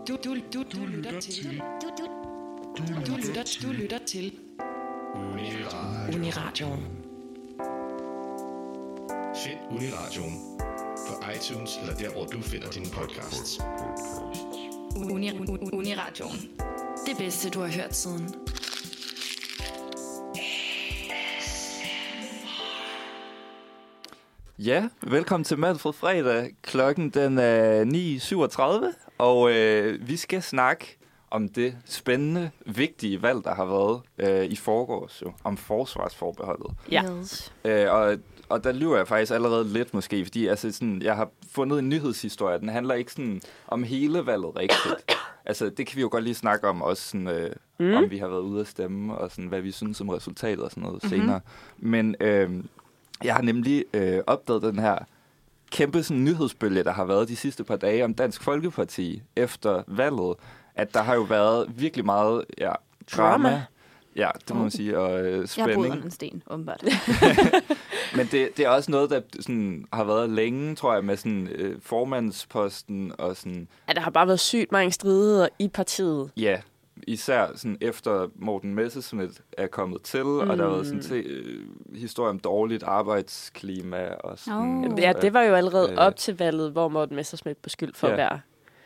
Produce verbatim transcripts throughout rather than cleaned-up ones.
Du, du, du, du lytter til. Du, du, du, du, lytter, du lytter til. Uniradioen. Find Uniradioen på iTunes eller der, hvor du finder dine podcasts. Uni, Uniradioen. Det bedste, du har hørt siden. Ja, velkommen til Manfred Fredag. Klokken den er ni syvogtredive, og øh, vi skal snakke om det spændende, vigtige valg, der har været øh, i forgårs, jo, om forsvarsforbeholdet. Ja. Øh, og, og der lyver jeg faktisk allerede lidt måske, fordi altså, sådan, jeg har fundet en nyhedshistorie. Den handler ikke sådan, om hele valget rigtigt. Altså, det kan vi jo godt lige snakke om, også sådan, øh, mm. om vi har været ude at stemme, og sådan, hvad vi synes om resultatet og sådan noget mm-hmm. senere. Men øh, jeg har nemlig øh, opdaget den her kæmpe sådan, nyhedsbølge, der har været de sidste par dage om Dansk Folkeparti efter valget. At der har jo været virkelig meget ja, drama. drama. Ja, det må man sige, og øh, spænding. Jeg har boet under en sten, åbenbart. Men det, det er også noget, der sådan, har været længe, tror jeg, med sådan, øh, formandsposten og sådan... Ja, der har bare været sygt mange stridigheder i partiet. Ja, især sådan efter Morten Messerschmidt er kommet til, mm. og der har været sådan til, øh, historie om dårligt arbejdsklima og sådan... Oh. Ja, det var jo allerede øh, op til valget, hvor Morten Messerschmidt beskyldt for ja. at være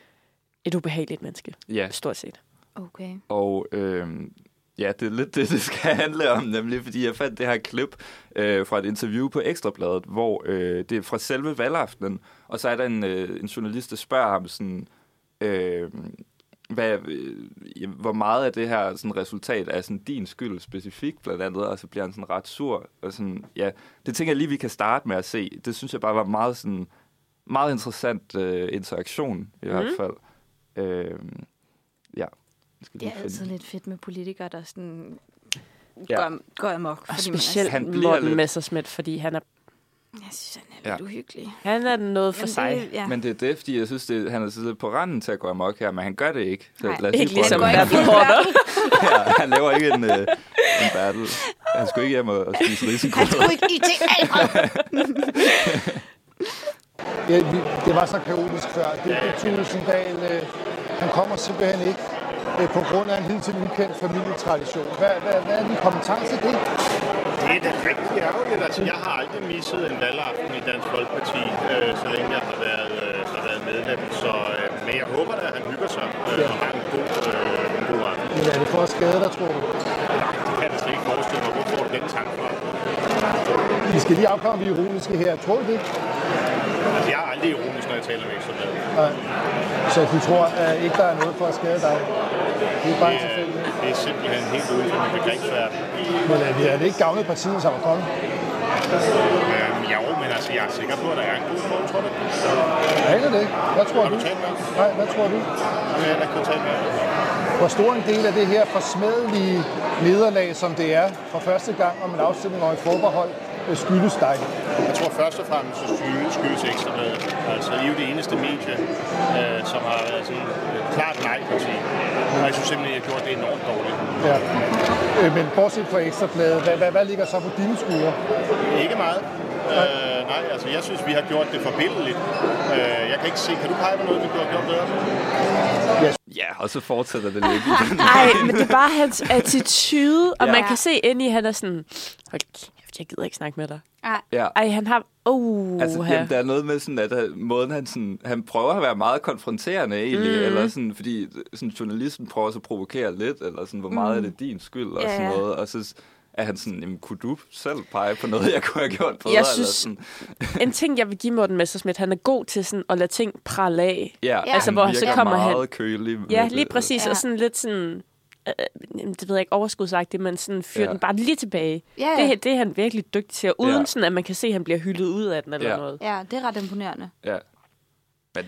et ubehageligt menneske, ja. Stort set. Okay. Og øh, ja, det er lidt det, det skal handle om, nemlig fordi jeg fandt det her klip øh, fra et interview på Ekstrabladet, hvor øh, det er fra selve valgaftenen, og så er der en, øh, en journalist, der spørger ham sådan... Øh, Hvad, øh, hvor meget af det her sådan, resultat er sådan, din skyld specifikt, blandt andet, og så bliver han sådan, ret sur. Og sådan, ja, det tænker jeg lige, vi kan starte med at se. Det synes jeg bare var meget, sådan, meget interessant øh, interaktion, i mm. hvert fald. Øh, ja. Det er altid lidt fedt med politikere, der sådan ja. går, går amok. Og specielt Morten lidt... Messerschmidt, fordi han er Jeg synes, han er lidt ja. uhyggelig. Han er noget for men sig. Det, ja. Men det er det, fordi jeg synes, det, han er lidt på randen til at gå amok her, men han gør det ikke. Så Nej, ikke ligesom Bertel Ja, han laver ikke en, uh, en battle. Han skulle ikke hjem og, og spise risengrød. Han skulle ikke i til det, det var så kaotisk før. Det er Tulsendal. Øh, han kommer simpelthen ikke øh, på grund af en hidtil ukendt familietradition. Hvad, hvad, hvad er din kommentar til det? Det er da rigtig ærgerligt. Altså, jeg har aldrig misset en valgaften i Dansk Folkeparti, øh, så længe jeg har været, øh, har været medlem. Så, øh, men jeg håber da, at han hygger sig øh, ja. og har en god, øh, en god aften. Men er det for at skade dig, tror du? Nej, det kan jeg slet ikke forestille mig. Hvor får du den tanke fra? Vi skal lige afklare, om vi er ironiske her. Tror du det? Altså, jeg er aldrig ironisk, når jeg taler med Ekstrabladet. Nej. Så du tror at ikke, der er noget for at skade dig? Det er bare tilfældigt. Det er simpelthen helt ude for min begrebsverden. Men er det ikke gavnet partiet, som er kommet? Øhm, jo, men altså, jeg er sikker på, at der er en god form, tror du? Jeg aner det ikke. Hvad tror Har du? du talt med? Nej, hvad tror du? Jeg har ikke kunnet tale med. Hvor stor en del af det her forsmædelige nederlag, som det er for første gang om en afstemning og et forbehold, skyldes dig? Jeg tror først og fremmest, at skyldes, skyldes Ekstrabladet. Altså, I er jo det eneste medie, øh, som har været sådan øh, klart nej-parti. Og jeg synes simpelthen, at jeg har gjort det enormt dårligt. Ja. Øh, men bortset fra Ekstrabladet, hvad, hvad, hvad ligger så på dine skuldre? Ikke meget. Nej. Øh, nej, altså jeg synes, vi har gjort det forbilledeligt. Øh, jeg kan ikke se, kan du pege på noget, vi kunne have gjort bedre? Yes. Ja, og så fortsætter det lidt. Nej, men det er bare hans attitude, og ja. man kan se ind i, at han er sådan, hold kæft, jeg gider ikke snakke med dig. Ja. Ej, han har... Uh, altså, jamen, der er noget med sådan, at måden han sådan, han prøver at være meget konfronterende egentlig, mm. eller sådan, fordi sådan, journalisten prøver at provokere lidt, eller sådan, hvor meget mm. er det din skyld, og yeah. sådan noget, og så er han sådan, jamen, kunne du selv pege på noget, jeg kunne have gjort bedre? Jeg synes, eller sådan. En ting, jeg vil give Morten Messerschmidt, han er god til sådan at lade ting prale af. Ja, altså, hvor så kommer meget han... kølig. Ja, lige præcis, ja. Og sådan lidt sådan... Øh, det ved jeg ikke, overskudsagtigt, men sådan fyrer ja. den bare lige tilbage. Ja. Det, det er han virkelig dygtig til, uden ja. sådan, at man kan se, at han bliver hyldet ud af den eller ja. noget. Ja, det er ret imponerende. Ja. Men,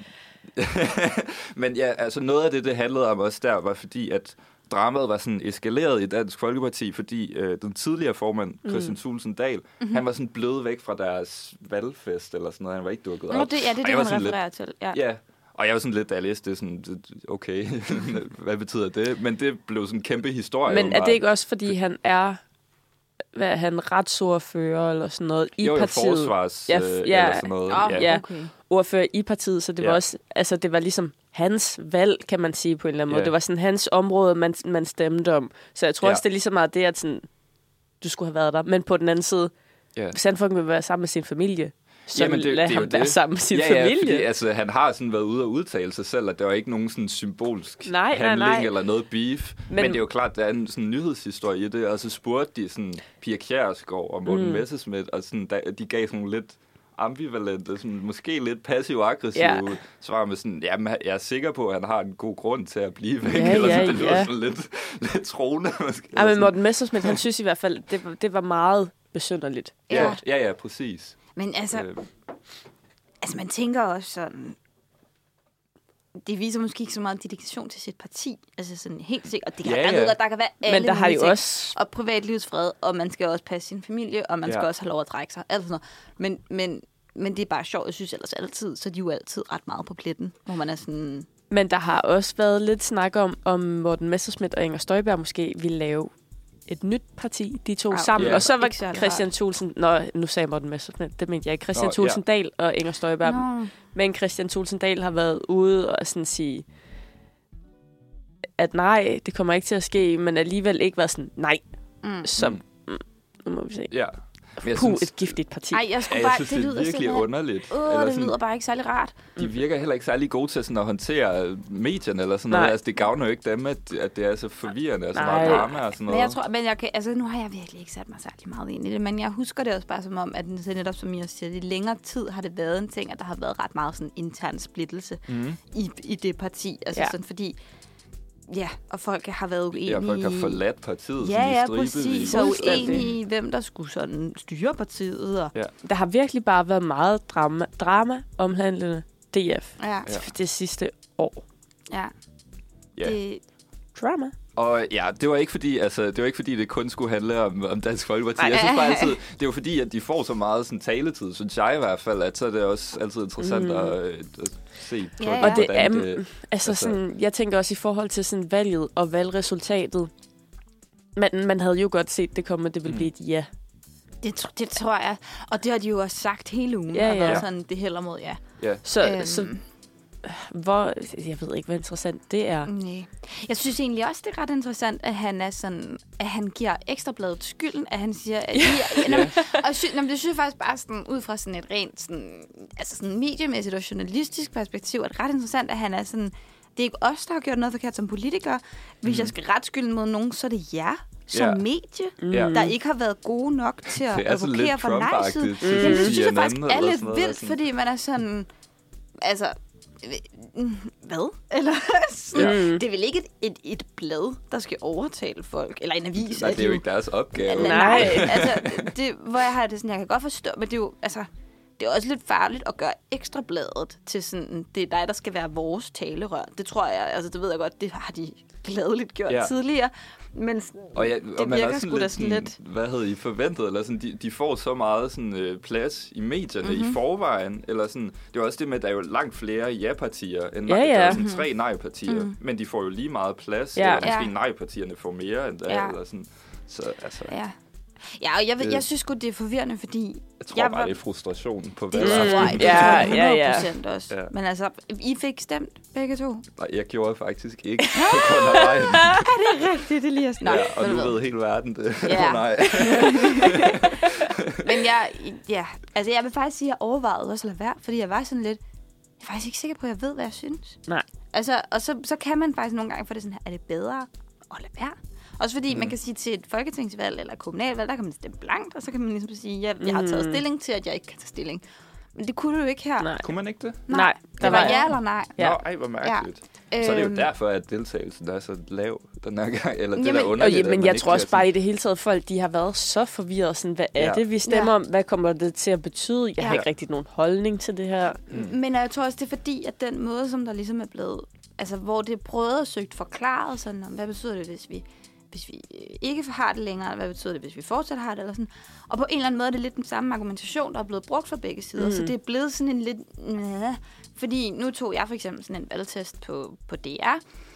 men ja, altså noget af det, det handlede om også der, var fordi, at dramaet var sådan eskaleret i Dansk Folkeparti, fordi øh, den tidligere formand, Kristian Thulesen Dahl, mm-hmm. han var sådan blevet væk fra deres valgfest, eller sådan noget. Han var ikke dukket op. Nå, det, ja, det er det, han refererer lidt, til. Ja. ja. Og jeg var sådan lidt, da jeg læste det, sådan, okay, hvad betyder det? Men det blev sådan en kæmpe historie. Men er det ikke også, fordi han er, hvad er han, retsordfører eller sådan noget i jo, jo, partiet? forsvars, ja, øh, ja, eller sådan noget. Oh, ja. Okay. ordfører i partiet, så det Ja. var også, altså det var ligesom hans valg, kan man sige på en eller anden måde. Ja. Det var sådan hans område, man, man stemte om. Så jeg tror Ja. også, det er lige så meget det, at sådan, du skulle have været der. Men på den anden side, Ja. hvis han fucking vil være sammen med sin familie, så Jamen, det- lad det er jo ham være det. sammen med sin ja, ja, familie. fordi, altså, han har sådan været ude og udtale sig selv, at der var ikke nogen sådan symbolsk Nej, nej, handling nej. eller noget beef. Men, Men det er jo klart, der er en sådan nyhedshistorie i det, og så spurgte de sådan Pia Kjærsgaard og Morten mm. Messerschmidt, og sådan, der, de gav sådan lidt ambivalente, sådan, måske lidt passiv-aggressive Ja. svar med sådan, jamen, jeg er sikker på, at han har en god grund til at blive væk, Ja, eller ja, sådan, det lyder ja. sådan lidt, lidt troende, måske. Ja, men Morten Messerschmidt, han synes i hvert fald, det, var- det var meget besynderligt. Ja, ja, ja, præcis. Men altså, Øh, altså, man tænker også sådan... Det viser måske ikke så meget dedikation til sit parti. Altså sådan helt sikkert. Det kan, Ja, ja, ja. Jeg ved godt, der kan være alle Men der har mulige de ting. også... Og privatlivsfred, og man skal også passe sin familie, og man Ja. skal også have lov at trække sig. Alt sådan noget. Men, men, men det er bare sjovt. Jeg synes ellers altid, så er de jo altid ret meget på pletten. Hvor man er sådan... Men der har også været lidt snak om, om Morten Messerschmidt og Inger Støjberg måske ville lave et nyt parti, de to Ja, sammen. ja. Og så var Ikke særlig Christian Thulesen... Nå, nu sagde jeg Morten Messerschmidt, det mente jeg ikke. Christian Nå, Thulesen Dahl og Inger Støjberg. Nå. Men Christian Thulesen Dahl har været ude og sådan sige, at nej, det kommer ikke til at ske, men alligevel ikke været sådan, nej. Mm. Så, mm, nu må vi se. ja. Men jeg Puh, synes, et giftigt parti. Ej, jeg ja, skulle jeg bare... synes, det, det, lyder er virkelig simpelthen... underligt. Åh, Eller det sådan- lyder bare ikke særlig rart. De virker heller ikke særlig gode til sådan at håndtere medierne eller sådan Nej. noget. Altså, det gavner jo ikke dem, at, at det er så forvirrende og så Nej. meget drama og sådan noget. Men jeg tror, men jeg kan, altså nu har jeg virkelig ikke sat mig særlig meget ind i det, men jeg husker det også bare som om, at det er netop som jeg siger, i længere tid har det været en ting, at der har været ret meget sådan intern splittelse Mm. i, i det parti. Altså Ja. sådan fordi, ja, og folk har været uenige. Ja, folk har forladt partiet Ja, sådan i ja, stribevis. præcis. Og Fuldstændig. uenige i, hvem der skulle sådan styre partiet. Og, Ja. Der har virkelig bare været meget drama, drama omhandlende D F ja, Ja. det sidste år. ja. Ja. Det, Drama. Og ja, det var ikke fordi, altså, det var ikke fordi, det kun skulle handle om, om Dansk Folkeparti. Ej. Jeg synes bare altid, det er jo fordi, at de får så meget sådan, taletid, synes jeg i hvert fald, at så er det også altid interessant Mm. mm. at, at se på, Ja, ja. hvordan Og det er, det, altså, altså- sådan, jeg tænker også i forhold til sådan valget og valgresultatet. Man, man havde jo godt set, det komme, det ville Mm. blive et ja. det, tr- det tror jeg. Og det har de jo også sagt hele ugen. Ja, har været ja. sådan, det hælder mod ja. ja. Så, Øhm. så hvor, jeg ved ikke, hvor interessant det er. Nej. Jeg synes egentlig også, det er ret interessant, at han er sådan, at han giver Ekstrabladet skylden, at han siger, at I, ja. Jamen, og sy, jamen, det synes jeg faktisk bare sådan, ud fra sådan et rent sådan, altså sådan mediemæssigt og journalistisk perspektiv, er det ret interessant, at han er sådan, det er ikke os, der har gjort noget forkert som politikere. Hvis mm. jeg skal rette skylden mod nogen, så er det jer som Ja. medie, Ja. der ikke har været gode nok til at Det er så lidt advokere for nej-siden. Trump-agtigt. Jamen, det synes jeg C N N faktisk eller er sådan lidt noget, vildt, sådan. fordi man er sådan, altså, mm, hvad? Eller sådan, Ja. det er vel ikke et, et, et blad, der skal overtale folk, eller en avis. Nej, er det er jo ikke deres opgave. Nej, Nej. altså, det, hvor jeg har det sådan, jeg kan godt forstå, men det er jo, altså, det er også lidt farligt at gøre Ekstrabladet til sådan, det er dig, der skal være vores talerør. Det tror jeg, altså det ved jeg godt, det har de gladeligt gjort Ja. ja. tidligere. Men sådan, Og ja, det og man virker er sgu sådan da lidt, sådan lidt... hvad havde I forventet? Eller sådan, de, de får så meget sådan, øh, plads i medierne Mhm. mm-hmm. i forvejen. Eller sådan, det er også det med, at der er jo langt flere ja-partier, end Ja, nej, ja. der er sådan tre nej-partier. Mhm. Men de får jo lige meget plads. Ja. Eller måske Ja. nej-partierne får mere end der. Ja. Eller sådan. Så altså, Ja, ja og jeg, ved, Det- jeg synes sgu, det er forvirrende, fordi... jeg tror jeg bare, var- det er frustration på Det valgaften. tror jeg, det Ja, tror jeg ja, ja. hundrede procent også. Ja. Men altså, I fik stemt begge to. Nej, jeg gjorde faktisk ikke på grund af vejen. Rigtigt, det lige er Ja, og nu ved hele verden det. Ja. Oh, nej. Men jeg, ja, altså jeg vil faktisk sige, at jeg overvejede også at lade være, fordi jeg var sådan lidt, jeg er faktisk ikke sikker på, at jeg ved, hvad jeg synes. Nej. Altså, og så, så kan man faktisk nogle gange få det sådan her, er det bedre at lade være? Også fordi mm. man kan sige til et folketingsvalg eller et kommunalvalg, der kan man stemme blankt, og så kan man ligesom sige, ja, jeg har taget Mm. stilling til, at jeg ikke kan tage stilling. Men det kunne du jo ikke her. Nej. Kunne man ikke det? Nej, det der var var- ja eller nej. Ja. Nå, ej, hvor mærkeligt. Ja. Så er det jo Øhm, derfor, at deltagelsen er så lav den her gang. Eller det Jamen, der og Og, underligt, ja, at men man jeg ikke tror også kan bare i det hele taget, folk de har været så forvirret. Sådan, hvad er Ja. det, vi stemmer Ja. om? Hvad kommer det til at betyde? Jeg har Ja. ikke rigtig nogen holdning til det her. Mm. Men jeg tror også, det er fordi, at den måde, som der ligesom er blevet... Altså, hvor det er prøvet og søgt forklaret, sådan, om, hvad betyder det, hvis vi, hvis vi ikke har det længere, eller hvad betyder det, hvis vi fortsat har det, eller sådan. Og på en eller anden måde er det lidt den samme argumentation, der er blevet brugt fra begge sider. Mm. Så det er blevet sådan en lidt... Næh. Fordi nu tog jeg for eksempel sådan en valgtest på, på D R,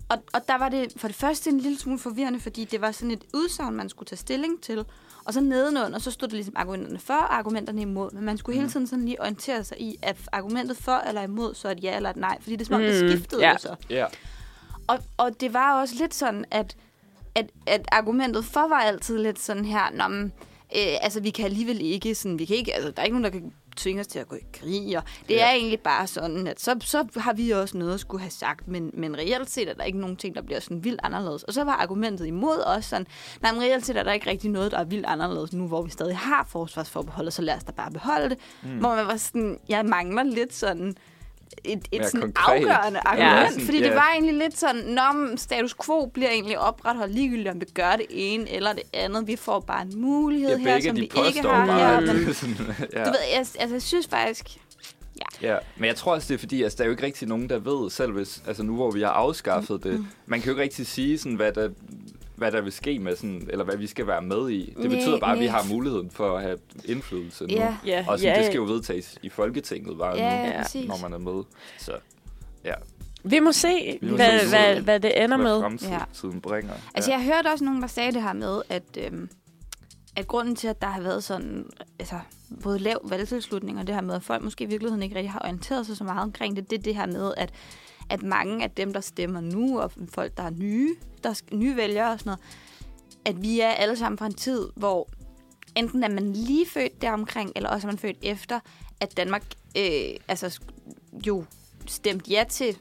og, og der var det for det første en lille smule forvirrende, fordi det var sådan et udsagn, man skulle tage stilling til. Og så nedenunder, så stod der ligesom argumenterne for og argumenterne imod. Men man skulle hele tiden sådan lige orientere sig i, at argumentet for eller imod, så er et ja eller et nej. Fordi det er som om, det skiftede ja. jo så. Ja. Og, og det var også lidt sådan, at, at, at argumentet for var altid lidt sådan her, Nå, men, øh, altså vi kan alligevel ikke, sådan, vi kan ikke, altså der er ikke nogen, der kan tvinge os til at gå i krig, og det ja. er egentlig bare sådan, at så, så har vi også noget at skulle have sagt, men, men reelt set er der ikke nogen ting, der bliver sådan vildt anderledes. Og så var argumentet imod også sådan, nej, men reelt set er der ikke rigtig noget, der er vildt anderledes nu, hvor vi stadig har forsvarsforbeholdet, så lad os da bare beholde det. Mm. Hvor man var sådan, jeg mangler lidt sådan et, et sådan konkret afgørende argument, ja, sådan, fordi yeah. det var egentlig lidt sådan, når status quo bliver egentlig opretholdt ligegyldigt, om vi gør det ene eller det andet. Vi får bare en mulighed ja, her, som vi ikke har her. Men, ja. Du ved, jeg, altså, jeg synes faktisk... Ja. ja, men jeg tror også, det er fordi, altså, der er jo ikke rigtig nogen, der ved selv, hvis, altså nu hvor vi har afskaffet mm. det, man kan jo ikke rigtig sige, sådan, hvad, der, hvad der vil ske med, sådan, eller hvad vi skal være med i. Det betyder nej, bare, at vi har muligheden for at have indflydelse nu. Ja. Ja. Og sådan, ja. det skal jo vedtages i Folketinget bare ja, nu, ja, når man er med. Så ja. Vi må se, vi må hvad, se hvad, hvad det ender hvad med. fremtiden ja. bringer. Altså, ja. jeg hørte også nogen, der sagde det her med, at, øhm, at grunden til, at der har været sådan, altså, både lav valgtilslutning og det her med, at folk måske i virkeligheden ikke rigtig har orienteret sig så meget omkring det, det er det her med, at, at mange af dem, der stemmer nu, og folk, der er nye, der er nye vælgere og sådan noget, at vi er alle sammen fra en tid, hvor enten er man lige født deromkring, eller også er man født efter, at Danmark øh, altså, jo stemte ja til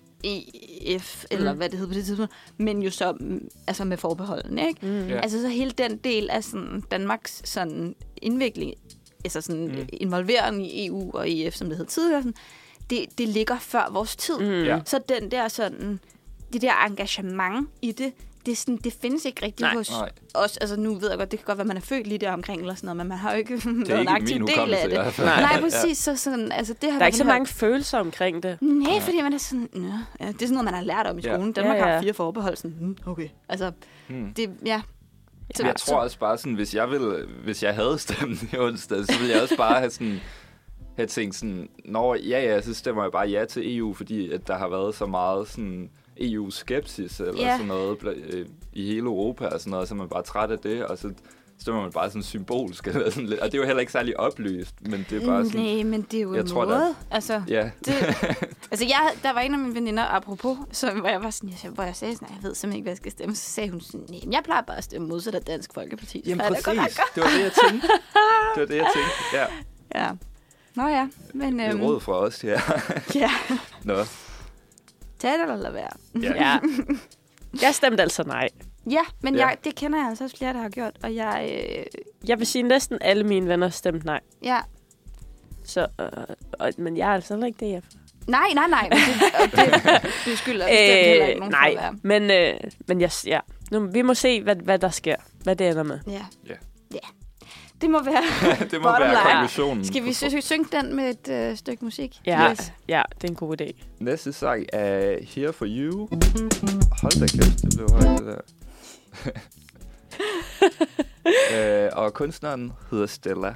E F, eller mm. hvad det hedder på det tidspunkt, men jo så altså med forbeholden, ikke? Mm. Yeah. Altså så hele den del af sådan Danmarks sådan indvikling, altså sådan mm. involvering i E U og E F, som det hed tidligere, sådan, det, det ligger før vores tid. Mm. Yeah. Så den der sådan, det der engagement i det, det, sådan, det findes ikke rigtig Nej. hos Nej. os. Altså nu ved jeg godt, det kan godt være, man er født lige der omkring eller sådan noget, men man har jo ikke været en aktiv del af det. Nej, Nej præcis. Så sådan, altså, det har der er ikke så mange følelser omkring det. Nej, ja. fordi man er sådan, ja, det er sådan noget, man har lært om i skolen. Ja. Danmark ja, ja. har fire forbehold. Sådan, okay. Altså, hmm. det, ja. Så, jeg tror også bare sådan, hvis jeg, ville, hvis jeg havde stemt i onsdag, så ville jeg også bare have sådan... have tænkt sådan, når ja, ja, så stemmer jeg bare ja til E U, fordi at der har været så meget sådan E U-skepsis eller yeah. sådan noget øh, i hele Europa og sådan noget, så man bare træt af det, og så stemmer man bare sådan symbolsk eller sådan lidt. Og det er jo heller ikke særlig oplyst, men det er bare sådan... Nej, men det er jo jeg en tror, måde. Der, altså, ja. det, altså jeg, der var en af mine veninder, apropos, så, hvor jeg var sådan, jeg, hvor jeg sagde sådan, jeg ved simpelthen ikke, hvad jeg skal stemme. Så sagde hun sådan, nej, jeg plejer bare at stemme modsat af Dansk Folkeparti. Jamen præcis, det, det var det, jeg tænkte. Det var det, jeg tænkte, ja. Ja. Nå ja, men... Det er øhm, råd fra os, ja. ja. Nå. Tag det eller lad være. Ja. ja. Jeg stemte altså nej. Ja, men ja. Jeg, det kender jeg altså også flere, der har gjort, og jeg... Øh... Jeg vil sige, næsten alle mine venner stemte nej. Ja. Så, øh, og, men jeg er altså heller ikke det, jeg... Nej, nej, nej. Men det, det, det skylder bestemt heller ikke nogen nej, for at være. men, øh, men jeg, ja. Nu, vi må se, hvad, hvad der sker. Hvad det ender med. Ja. Ja. Ja. Det må være det må være konklusionen. Skal vi sy- synge den med et øh, stykke musik? Ja, yes. Ja, det er en god idé. Næste sang er Here For You. Hold da kæft, det blev højt, det der. øh, og kunstneren hedder Stella.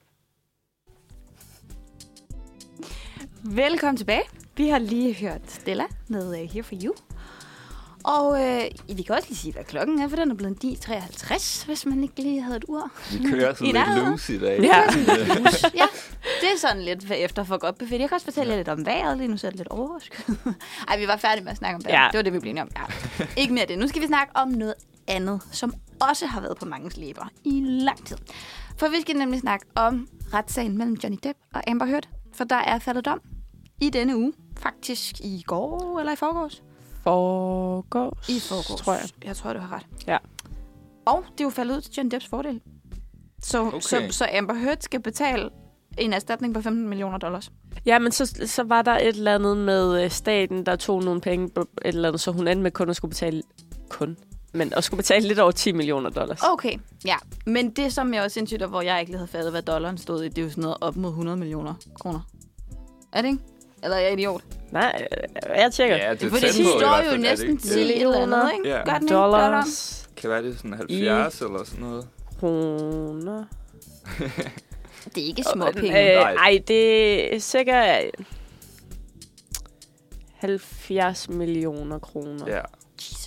Velkommen tilbage. Vi har lige hørt Stella med uh, Here For You. Og øh, vi kan også lige sige, hvad klokken er, for den er blevet ni treoghalvtreds, hvis man ikke lige havde et ur. Vi kører sådan lidt loose i dag. Ja. ja, det er sådan lidt efter for godt befind. Jeg kan også fortælle jer lidt om vejret, lige nu så er det lidt overrasket. Ej, vi var færdige med at snakke om vejret. Ja. Det var det, vi blev enige om. Ja. Ikke mere det. Nu skal vi snakke om noget andet, som også har været på manges læber i lang tid. For vi skal nemlig snakke om retssagen mellem Johnny Depp og Amber Heard, for der er faldet dom i denne uge. Faktisk i går eller i forgårs. Forgårs, I forgårs, tror jeg. Jeg tror, du har ret. Ja. Og det er jo faldet ud til Johnny Depps fordel. Så, okay. så, så Amber Heard skal betale en erstatning på femten millioner dollars. Ja, men så, så var der et eller andet med staten, der tog nogle penge, et eller andet, så hun endte med kun at skulle betale kun. Men at skulle betale lidt over ti millioner dollars. Okay, ja. Men det, som jeg også sindssygt, og hvor jeg ikke lige havde fattet, hvad dollaren stod i, det er jo sådan noget op mod hundrede millioner kroner. Er det ikke? Eller er jeg idiot? Nej, jeg tjekker. Ja, det er for det står jo næsten til et eller andet, ikke? Ja. Gør den dollars. Ikke? Kan være det sådan halvfjerds I eller sådan noget? Kroner. Det er ikke små penge. Øh, ej, det er sikkert halvfjerds millioner kroner. Ja. Jesus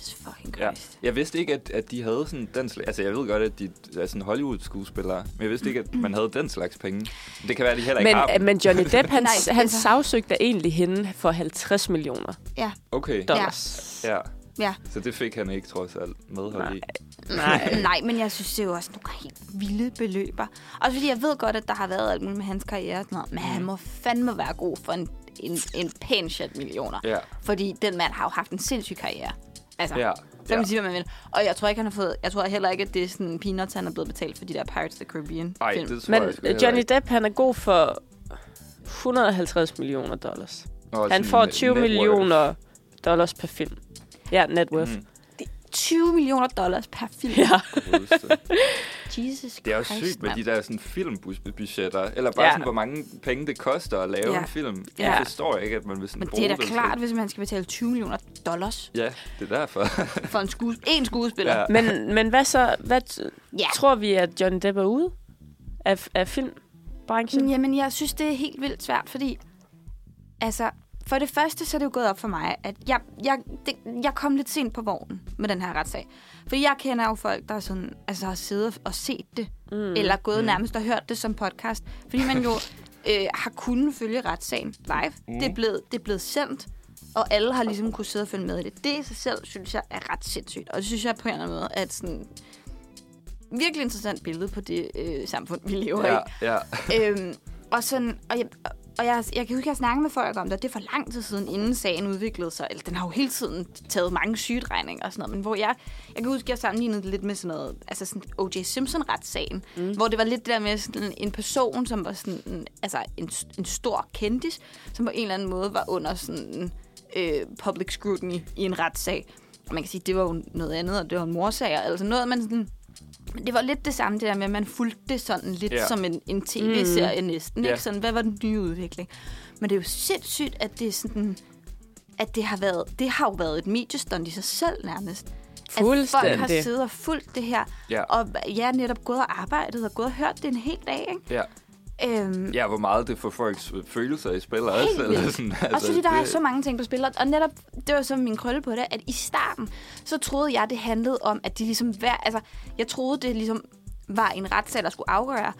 Ja. Jeg vidste ikke, at, at de havde sådan den slags... Altså, jeg ved godt, at de er sådan Hollywood-skuespillere, men jeg vidste ikke, at man havde den slags penge. Det kan være, at de heller ikke men, har dem. Men Johnny Depp, han, Nej, han altså- sagsøgte egentlig hende for halvtreds millioner Ja. Okay, dollars. ja. Ja. Så det fik han ikke, trods alt, medhold i. Nej. Nej, men jeg synes, det er jo også nogle helt vilde beløber. Også fordi jeg ved godt, at der har været alt muligt med hans karriere og sådan noget, men han må fandme være god for en, en, en pæn chat millioner. Ja. Fordi den mand har jo haft en sindssyg karriere. Altså, Ja. så kan man sige, hvad man vil. Og jeg tror ikke, han har fået... Jeg tror heller ikke, at det er sådan peanuts, han er blevet betalt for de der Pirates of the Caribbean Ej, film. det tror Men jeg sgu heller Johnny ikke. Depp, han er god for et hundrede og halvtreds millioner dollars. Nå, Han sådan får net tyve worth. millioner dollars per film. Ja, net worth. Mm. tyve millioner dollars per film. Ja. Godeste. Jesus Det er jo Christ, sygt med mand. de der sådan filmbudgetter, eller bare Ja. sådan, hvor mange penge det koster at lave Ja. en film. Ja. Jeg forstår ikke, at man vil sådan Men bruge det er da den til- klart, hvis man skal betale tyve millioner dollars Ja, det er derfor. for en, skues- en skuespiller. Ja. Men, men hvad så? Hvad t- Ja. tror vi, at Johnny Depp er ude af, af filmbranchen? Jamen, jeg synes, det er helt vildt svært, fordi... Altså, for det første, så er det jo gået op for mig, at jeg, jeg, det, jeg kom lidt sent på vognen med den her retssag. For jeg kender jo folk, der sådan, altså, har siddet og set det, mm. eller gået mm. nærmest og hørt det som podcast. Fordi man jo øh, har kunnet følge retssagen live. Mm. Det, er blevet, det er blevet sendt, og alle har ligesom kunne sidde og følge med i det. Det i sig selv, synes jeg, er ret sindssygt. Og det synes jeg på en eller anden måde, at sådan... Virkelig interessant billede på det øh, samfund, vi lever ja, i. ja. øhm, og sådan, og jeg, og jeg, jeg kan huske, at jeg snakkede med folk om det, det er for lang tid siden, inden sagen udviklede sig. Eller den har jo hele tiden taget mange sygedregninger og sådan noget, men hvor jeg, jeg kan huske, at jeg sammenlignede det lidt med sådan noget, altså sådan O J Simpson-retssagen, mm. hvor det var lidt det der med sådan en person, som var sådan, en, altså en, en stor kendis, som på en eller anden måde var under sådan øh, public scrutiny i en retssag. Og man kan sige, at det var jo noget andet, og det var en morsag, og altså noget, man sådan... Men det var lidt det samme, det der med, at man fulgte det sådan lidt Ja. som en, en tv-serie Mm. næsten. Ja. Ikke? Sådan, hvad var den nye udvikling? Men det er jo sindssygt, at det er sådan... At det har været... Det har jo været et mediestunt i sig selv nærmest. At folk har Fuldstændig. siddet og fulgt det her. Ja. Og jeg netop gået og arbejdet og gået og hørt det en hel dag, ikke? Ja. Øhm, Ja, hvor meget det får folks følelser i spil Helt også. Eller vildt. sådan, Også fordi der det, er så mange ting på spil. Og netop, det var så min krølle på det, at i starten, så troede jeg, det handlede om, at de ligesom hver... Altså, jeg troede, det ligesom var en retssag, der skulle afgøre,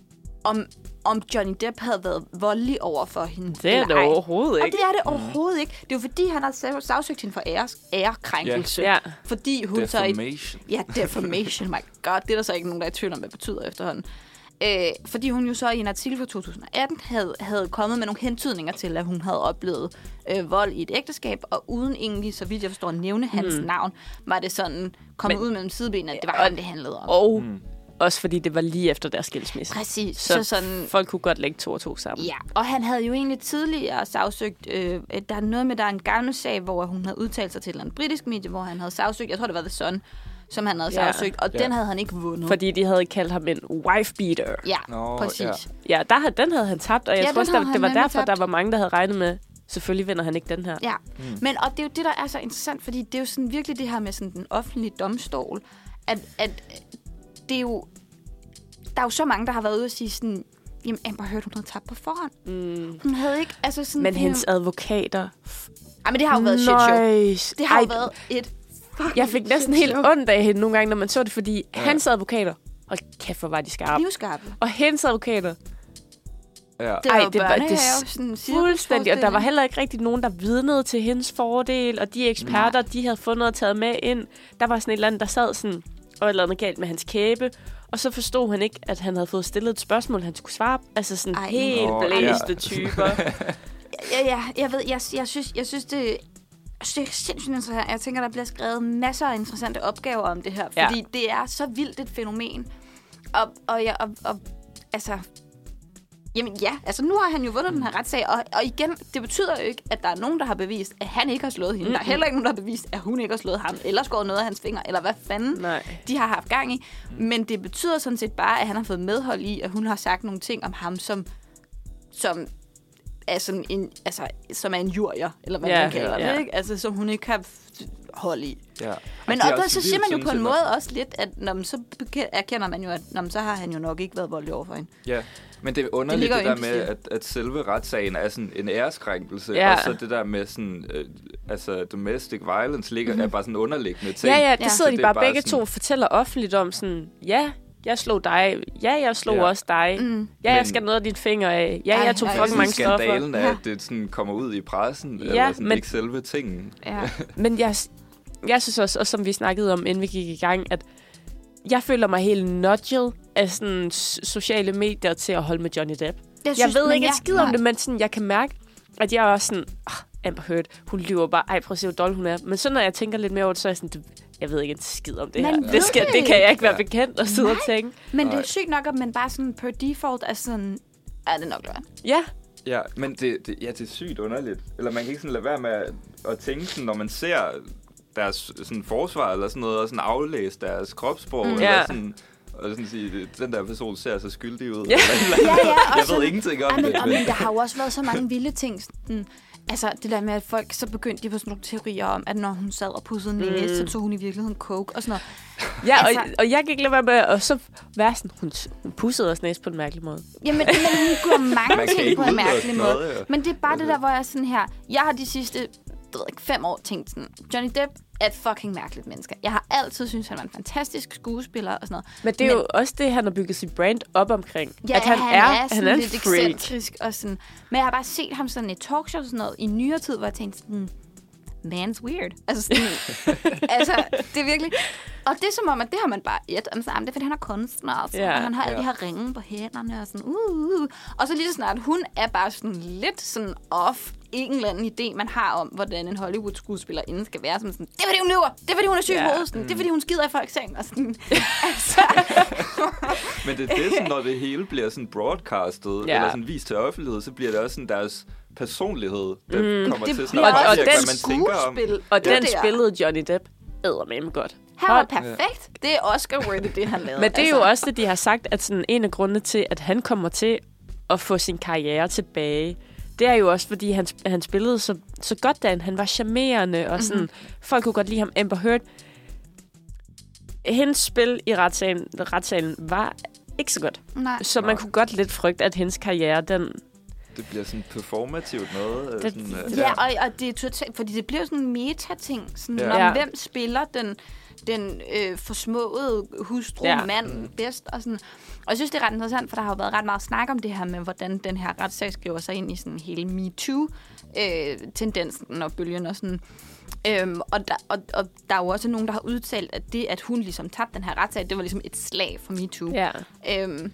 om, om Johnny Depp havde været voldelig over for hende. Det er eller det ej. overhovedet Og ikke. det er det overhovedet ikke. Det er jo fordi, han har sags- sagsøgt hende for æres, ærekrænkelse. Ja. Fordi hun så... defamation. Ja, defamation. My god, det er der så ikke nogen, der er i tvivl om, hvad det betyder efterhånden. Øh, fordi hun jo så i en artikel fra to tusind atten havde, havde kommet med nogle hentydninger til, at hun havde oplevet øh, vold i et ægteskab, og uden egentlig, så vidt jeg forstår, nævne hans Mm. navn, var det sådan kommet Men- ud mellem sidebenene, at det var og- ham, det handlede om. Og mm. også fordi det var lige efter deres skilsmisse. Præcis. Så, Så, så sådan... folk kunne godt lægge to og to sammen. Ja, og han havde jo egentlig tidligere sagsøgt, øh, der er noget med, der er en gammel sag, hvor hun havde udtalt sig til et eller andet britisk medie, hvor han havde sagsøgt, jeg tror det var The Sun, som han havde Ja. sagsøgt, og Ja. den havde han ikke vundet. Fordi de havde kaldt ham en wife beater. Ja, Nå, præcis. ja. Ja, der, havde- den havde han tabt, og jeg Ja, tror den også, der, havde det han var nemlig derfor, tabt. der var mange, der havde regnet med, selvfølgelig vinder han ikke den her. Ja, mm. men og det er jo det, der er så interessant, fordi det er jo sådan virkelig det her med sådan den offentlige domstol, at, at det er jo, der er jo så mange, der har været ude og sige sådan, jamen Amber Heard, hun havde tabt på forhånd. Mm. Hun havde ikke, altså sådan... Men det- hendes advokater... Ej, men det har jo været et shit show. Nøjs. Det har jo Ej, været et Jeg fik næsten helt ondt af hende nogle gange, når man så det, fordi ja. hans advokater... Hold kæft, hvor var de skarpe. livskarpe. Og hendes advokater... Ja. Det var Ej, jo det var- børnehave, det- sådan en Fuldstændig, og der var cirkusforestilling. heller ikke rigtig nogen, der vidnede til hendes fordel, og de eksperter, de havde fundet og taget med ind. Der var sådan et eller andet, der sad sådan, og et eller andet galt med hans kæbe, og så forstod han ikke, at han havde fået stillet et spørgsmål, han skulle svare. Altså sådan Ej, helt Nå, blæste ja. typer. Ja, ja, jeg ved, jeg, jeg, synes, jeg synes, det, jeg synes, det er sindssygt interessant. Jeg tænker, der bliver skrevet masser af interessante opgaver om det her, Ja. fordi det er så vildt et fænomen. Og, og, ja, og, og altså... Jamen ja, altså nu har han jo vundet den her retssag, og, og igen, det betyder jo ikke, at der er nogen, der har bevist, at han ikke har slået hende. Mm-hmm. Der er heller ikke nogen, der har bevist, at hun ikke har slået ham, eller skåret noget af hans fingre, eller hvad fanden Nej. de har haft gang i. Men det betyder sådan set bare, at han har fået medhold i, at hun har sagt nogle ting om ham, som, som, er, sådan en, altså, som er en jurier, eller hvad Ja, man kalder ja. det, ikke? Altså, som hun ikke har f- hold i. Ja. Men og og der, også så siger man jo på en sådan, måde også lidt, at når man, så erkender man jo, at når man, så har han jo nok ikke været voldelig over for hende. Ja, men det er underligt det, det, det der med, at, at selve retssagen er sådan en æreskrænkelse, Ja. og så det der med sådan, øh, altså domestic violence ligger, mm-hmm. er bare sådan underliggende ting. Ja, ja, det Ja. sidder Så de bare, bare begge sådan- to og fortæller offentligt om sådan, ja, jeg slog dig, ja, jeg slog Ja. også dig, Mm. ja, jeg Men- skal noget af dine fingre af, ja, Ej, jeg tog ej, fucking Sådan mange stoffer. skandalen er, Ja. at det sådan kommer ud i pressen, Ja, eller sådan, men- ikke selve tingen. Ja. Men jeg, jeg synes også, og som vi snakkede om, inden vi gik i gang, at jeg føler mig helt nudged af sådan s- sociale medier til at holde med Johnny Depp. Det Jeg ved men ikke et ja, skid om nej. det, men sådan, jeg kan mærke, at jeg er også sådan, oh, Amber Heard, hun lyver bare, ej, prøv at se, hvor dold hun er. Men så når jeg tænker lidt mere over det, så er jeg sådan, det, jeg ved ikke en skid om det Man her. ved Det, skal, det det kan jeg ikke være Ja. bekendt at sidde og tænke. Men det er Nej. jo sygt nok, at man bare sådan per default er sådan, er det nok løgn. Ja, Ja, men det, det, ja, det er sygt underligt. Eller man kan ikke sådan lade være med at, at tænke sådan, når man ser deres sådan forsvar eller sådan noget, og sådan aflæse deres kropssprog, Mm. eller Ja. sådan, og sådan sige, den der person ser så skyldig ud. Ja. Eller, eller, Ja, ja, og jeg ved sådan- ingenting om Ej, men, det. og, men der har jo også været så mange vilde ting. Sådan, altså, det der med, at folk så begyndte de på sådan nogle teorier om, at når hun sad og pudsede næse, så tog hun i virkeligheden coke og sådan noget. ja og, Altså- og jeg gik lidt med at så være sådan, hun, hun pussede os næse på en mærkelig måde. Jamen, men hun gør mange Man kan ting ikke på en udelukke mærkelig noget, måde. jo. Men det er bare det Altså. der, hvor jeg er sådan her. Jeg har de sidste ved ikke, fem år tænkt sådan, Johnny Depp er et fucking mærkeligt menneske. Jeg har altid syntes, han var en fantastisk skuespiller og sådan noget. Men det er Men- jo også det, han har bygget sit brand op omkring. Ja, at han, han er, er, han sådan er en lidt freak. ekscentrisk og sådan. Men jeg har bare set ham sådan i talkshow og sådan noget i nyere tid, hvor jeg tænkte sådan, man's weird. Altså, sådan, altså, det er virkelig... Og det er som om, at det har man bare et. Det er, fordi han er kunstner, og, sådan, Ja, og han har alle ja. de her ringe på hænderne, og sådan, uh, uh. Og så lige så snart, hun er bare sådan lidt sådan off en eller anden idé, man har om, hvordan en Hollywood-skuespillerinde skal være. Som sådan, det er, fordi hun lyver. Det er, fordi hun er syg i Ja. hovedet. Sådan, det er, fordi hun skider i folks seng. Og sådan, altså, Men det er det, sådan, når det hele bliver sådan broadcastet, Ja. eller sådan vist til offentlighed, så bliver det også sådan deres personlighed, der mm, kommer det til sådan bliver at også påvirke, den hvad man tænker om. skuespil. Og det den der. spillede Johnny Depp eddermame godt. Han var Hold- perfekt. Det er Oscar-worthy, det han lavede. Men det er altså. jo også det, de har sagt, at sådan en af grundene til, at han kommer til at få sin karriere tilbage, det er jo også, fordi han, han spillede så, så godt da han var charmerende, og sådan, mm-hmm. folk kunne godt lide ham. Amber Heard, hendes spil i retssalen, retssalen var ikke så godt. Nej. Så man kunne godt lidt frygte, at hendes karriere, den... Det bliver sådan performativt noget. Det- sådan, øh, Ja, og, og det er totalt, fordi det bliver sådan en meta-ting. Sådan, Ja. ja. Ja. Om hvem spiller den, den øh, forsmåede hustru, Ja. ja. mand bedst. Og, sådan. og jeg synes, det er ret interessant, for der har jo været ret meget snak om det her med, hvordan den her retssag skriver sig ind i sådan hele MeToo-tendensen og bølgen og sådan. Øhm, og, der, og, og der er jo også nogen, der har udtalt, at det, at hun ligesom tabte den her retssag, det var ligesom et slag for MeToo. Ja. Øhm,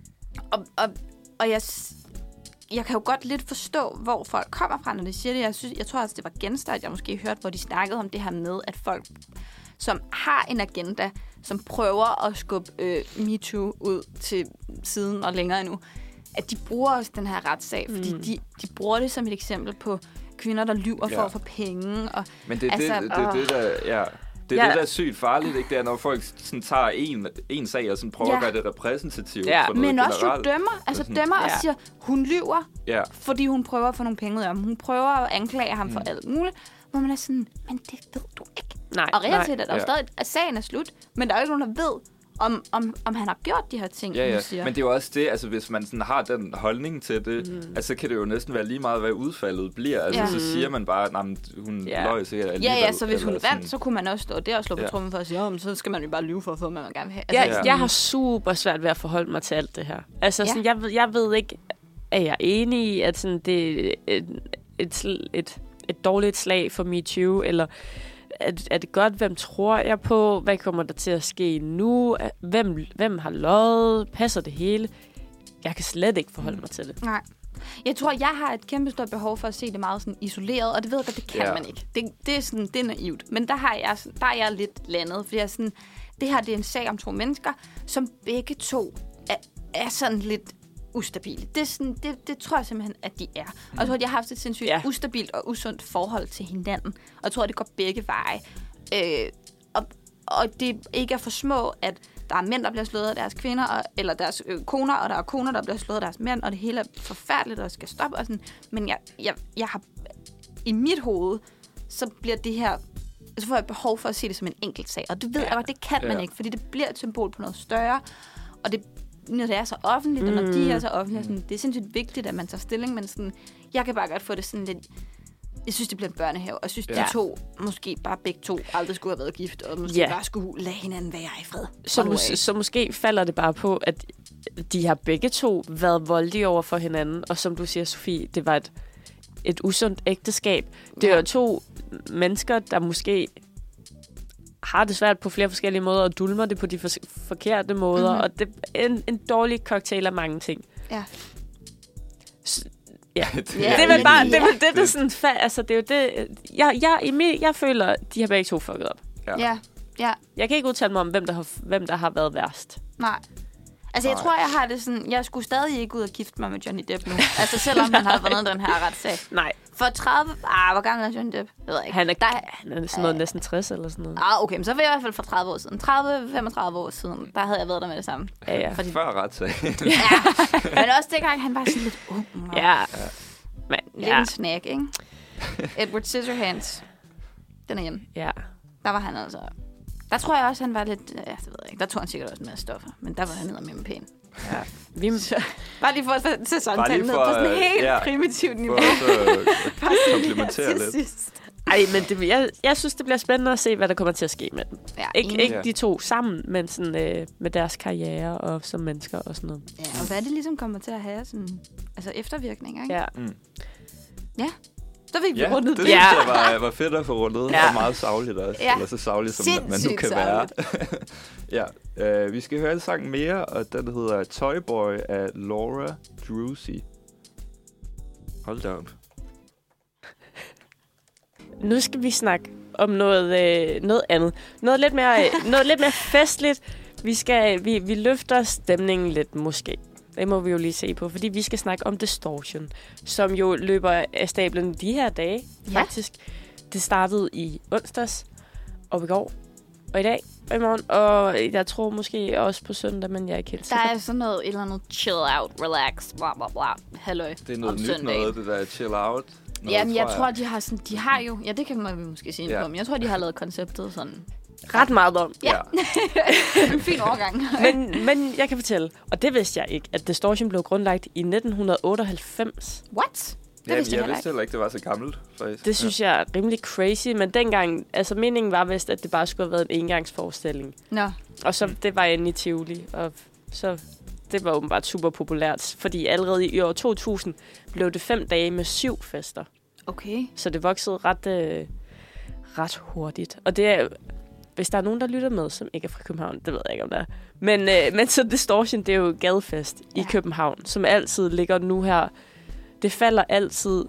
og, og, og jeg, s- jeg kan jo godt lidt forstå, hvor folk kommer fra, når de siger det. Jeg, synes, jeg tror også, det var Genstart, jeg måske hørte, hvor de snakkede om det her med, at folk, som har en agenda, som prøver at skubbe øh, MeToo ud til siden og længere endnu, at de bruger også den her retssag, fordi Mm. de, de bruger det som et eksempel på kvinder, der lyver Ja. for at få penge. Og, Men det er Altså, det, det, det, det, der, ja, det, er Ja. det, der er sygt farligt, ikke? Det er, når folk sådan tager en, en sag og sådan prøver Ja. at gøre det repræsentativt Ja. for noget men også jo generelt. dømmer, altså sådan- dømmer og Ja. siger, hun lyver, Ja, fordi hun prøver at få nogle penge ud af ham. Hun prøver at anklage ham mm. for alt muligt, hvor man er sådan, men det ved du ikke. Nej, Og reelt nej. set er der jo Ja. stadig, at sagen er slut, men der er jo ikke nogen, der ved, om, om, om han har gjort de her ting, ja, hun ja. siger. Men det er jo også det, altså hvis man sådan har den holdning til det, mm. altså så kan det jo næsten være lige meget, hvad udfaldet bliver. Altså Ja. så siger man bare, at hun Ja. løg sikkert alligevel. Ja, ja, så hvis hun eller sådan. vandt, så kunne man også stå der og slå på Ja. trummen for at sige, oh, så skal man jo bare lyve for at få, hvad man gerne vil have. Jeg, Altså, jeg har super svært ved at forholde mig til alt det her. Altså, Ja. sådan, jeg, ved, jeg ved ikke, er jeg enig i, at sådan, det er et, et, et, et dårligt slag for MeToo, eller er, er det godt, hvem tror jeg på, hvad kommer der til at ske nu, hvem, hvem har løjet, passer det hele? Jeg kan slet ikke forholde mig til det. Nej. Jeg tror, jeg har et kæmpe stort behov for at se det meget sådan isoleret, og det ved jeg godt, det kan Ja. man ikke. Det, det, er sådan, det er naivt. Men der, har jeg, der er jeg lidt landet, fordi jeg er sådan, det her det er en sag om to mennesker, som begge to er, er sådan lidt ustabile. Det, er sådan, det, det tror jeg simpelthen, at de er. Og jeg tror, at de har haft et sindssygt Ja. ustabilt og usundt forhold til hinanden. Og jeg tror, at det går begge veje. Øh, og, og det ikke er for små, at der er mænd, der bliver slået af deres kvinder, og, eller deres øh, koner, og der er koner, der bliver slået af deres mænd, og det hele er forfærdeligt, og skal stoppe. Og sådan. Men jeg, jeg, jeg har i mit hoved, så bliver det her så får jeg behov for at se det som en enkelt sag. Og det ved ja. jeg godt, det kan man Ja. ikke, fordi det bliver et symbol på noget større. Og det, når det er så offentligt, mm. og når de er så offentlige, sådan, det er sindssygt vigtigt, at man tager stilling, men sådan, jeg kan bare godt få det sådan lidt... Jeg synes, det bliver en børnehave, og jeg synes, ja. de to, måske bare begge to, aldrig skulle have været gift, og måske ja. bare skulle lade hinanden være i fred. Så, mås- så måske falder det bare på, at de har begge to været voldelige over for hinanden, og som du siger, Sofie, det var et, et usundt ægteskab. Det er ja. jo to mennesker, der måske har det svært på flere forskellige måder, og dulmer det på de for- forkerte måder, mm-hmm. og det er en, en dårlig cocktail af mange ting. Ja. S- Ja, Ja, det er vel bare, det er vel ja. det, der sådan, fa- altså det er jo det, jeg, jeg, jeg, jeg føler, de har begge to fucket op. Ja. Ja, ja, Jeg kan ikke udtale mig om, hvem der har, hvem der har været værst. nej. Altså, jeg Nej. tror, jeg har det sådan... Jeg skulle stadig ikke ud og gifte mig med Johnny Depp nu. Altså, selvom han har vundet den her retssag. Nej, For tredive... Ah, hvor gammel er Johnny Depp? Jeg ved ikke. han er, Der, han er sådan noget næsten tres eller sådan noget. ah, okay, men så var jeg i hvert fald for tredive år siden. tredive til femogtredive år siden, der havde jeg været der med det samme. Ja, ja. Fordi, Før retssag. ja. Men også dengang, han var sådan lidt ung. Og Ja. Men, lidt ja. en snack, ikke? Edward Scissorhands. Den er hjemme. Ja. Der var han altså... Der tror jeg også, han var lidt... Ja, det ved jeg ikke. Der tog han sikkert også en masse stoffer. Men der var han ned med pæn. Ja. Vi, Så, bare lige for at tage Bare samtalen lige ned for, på sådan et øh, helt ja. primitivt niveau. For at Bare lige komplimentere her til lidt. sidst. ej, men det, jeg, jeg synes, det bliver spændende at se, hvad der kommer til at ske med dem. Ja, Ikke, enig. ikke Ja. de to sammen, men sådan, øh, med deres karriere og som mennesker og sådan noget. Ja, og hvad det ligesom kommer til at have sådan, altså eftervirkninger, ikke? Ja. Mm. Så fik vi Ja, det rundet synes det. Ja. jeg var, var fedt at få rundet. Ja. Og meget sagligt også. Ja. Eller så sagligt, som man nu Sindssygt kan være. ja, øh, vi skal høre en sang mere, og den hedder Toy Boy af Laura Drusy. Hold da op. Nu skal vi snakke om noget, øh, noget andet. Noget lidt mere, øh, noget lidt mere festligt. Vi, skal, vi, vi løfter stemningen lidt, måske. Det må vi jo lige se på, fordi vi skal snakke om Distortion, som jo løber af stablen de her dage, Ja. faktisk. Det startede i onsdags, og i går, og i dag, og i morgen, og jeg tror måske også på søndag, men jeg er ikke helt Der sikker. er sådan noget, et eller andet chill out, relax, bla bla bla, halløj. Det er noget om nyt søndagen. noget, det der chill out. Noget, Jamen, jeg tror, de har sådan, de har jo, ja, det kan man måske sige Ja. på, men jeg tror, de har lavet konceptet sådan, Ret meget om. Ja. en fin overgang. Men, men jeg kan fortælle, og det vidste jeg ikke, at Distortion blev grundlagt i nitten otteoghalvfems. What? Det Ja, vidste jeg jeg heller vidste heller ikke, det var så gammelt, faktisk. Det synes jeg er rimelig crazy, men dengang, altså meningen var vist, at det bare skulle have været en engangsforestilling. Nå, Og så det var inde i Tivoli, og så det var åbenbart super populært, fordi allerede i år to tusind blev det fem dage med syv fester. okay. Så det voksede ret, øh, ret hurtigt. Og det er, hvis der er nogen, der lytter med, som ikke er fra København, det ved jeg ikke, om det er. Men, øh, men så Distortion, det er jo gadefest ja. i København, som altid ligger nu her. Det falder altid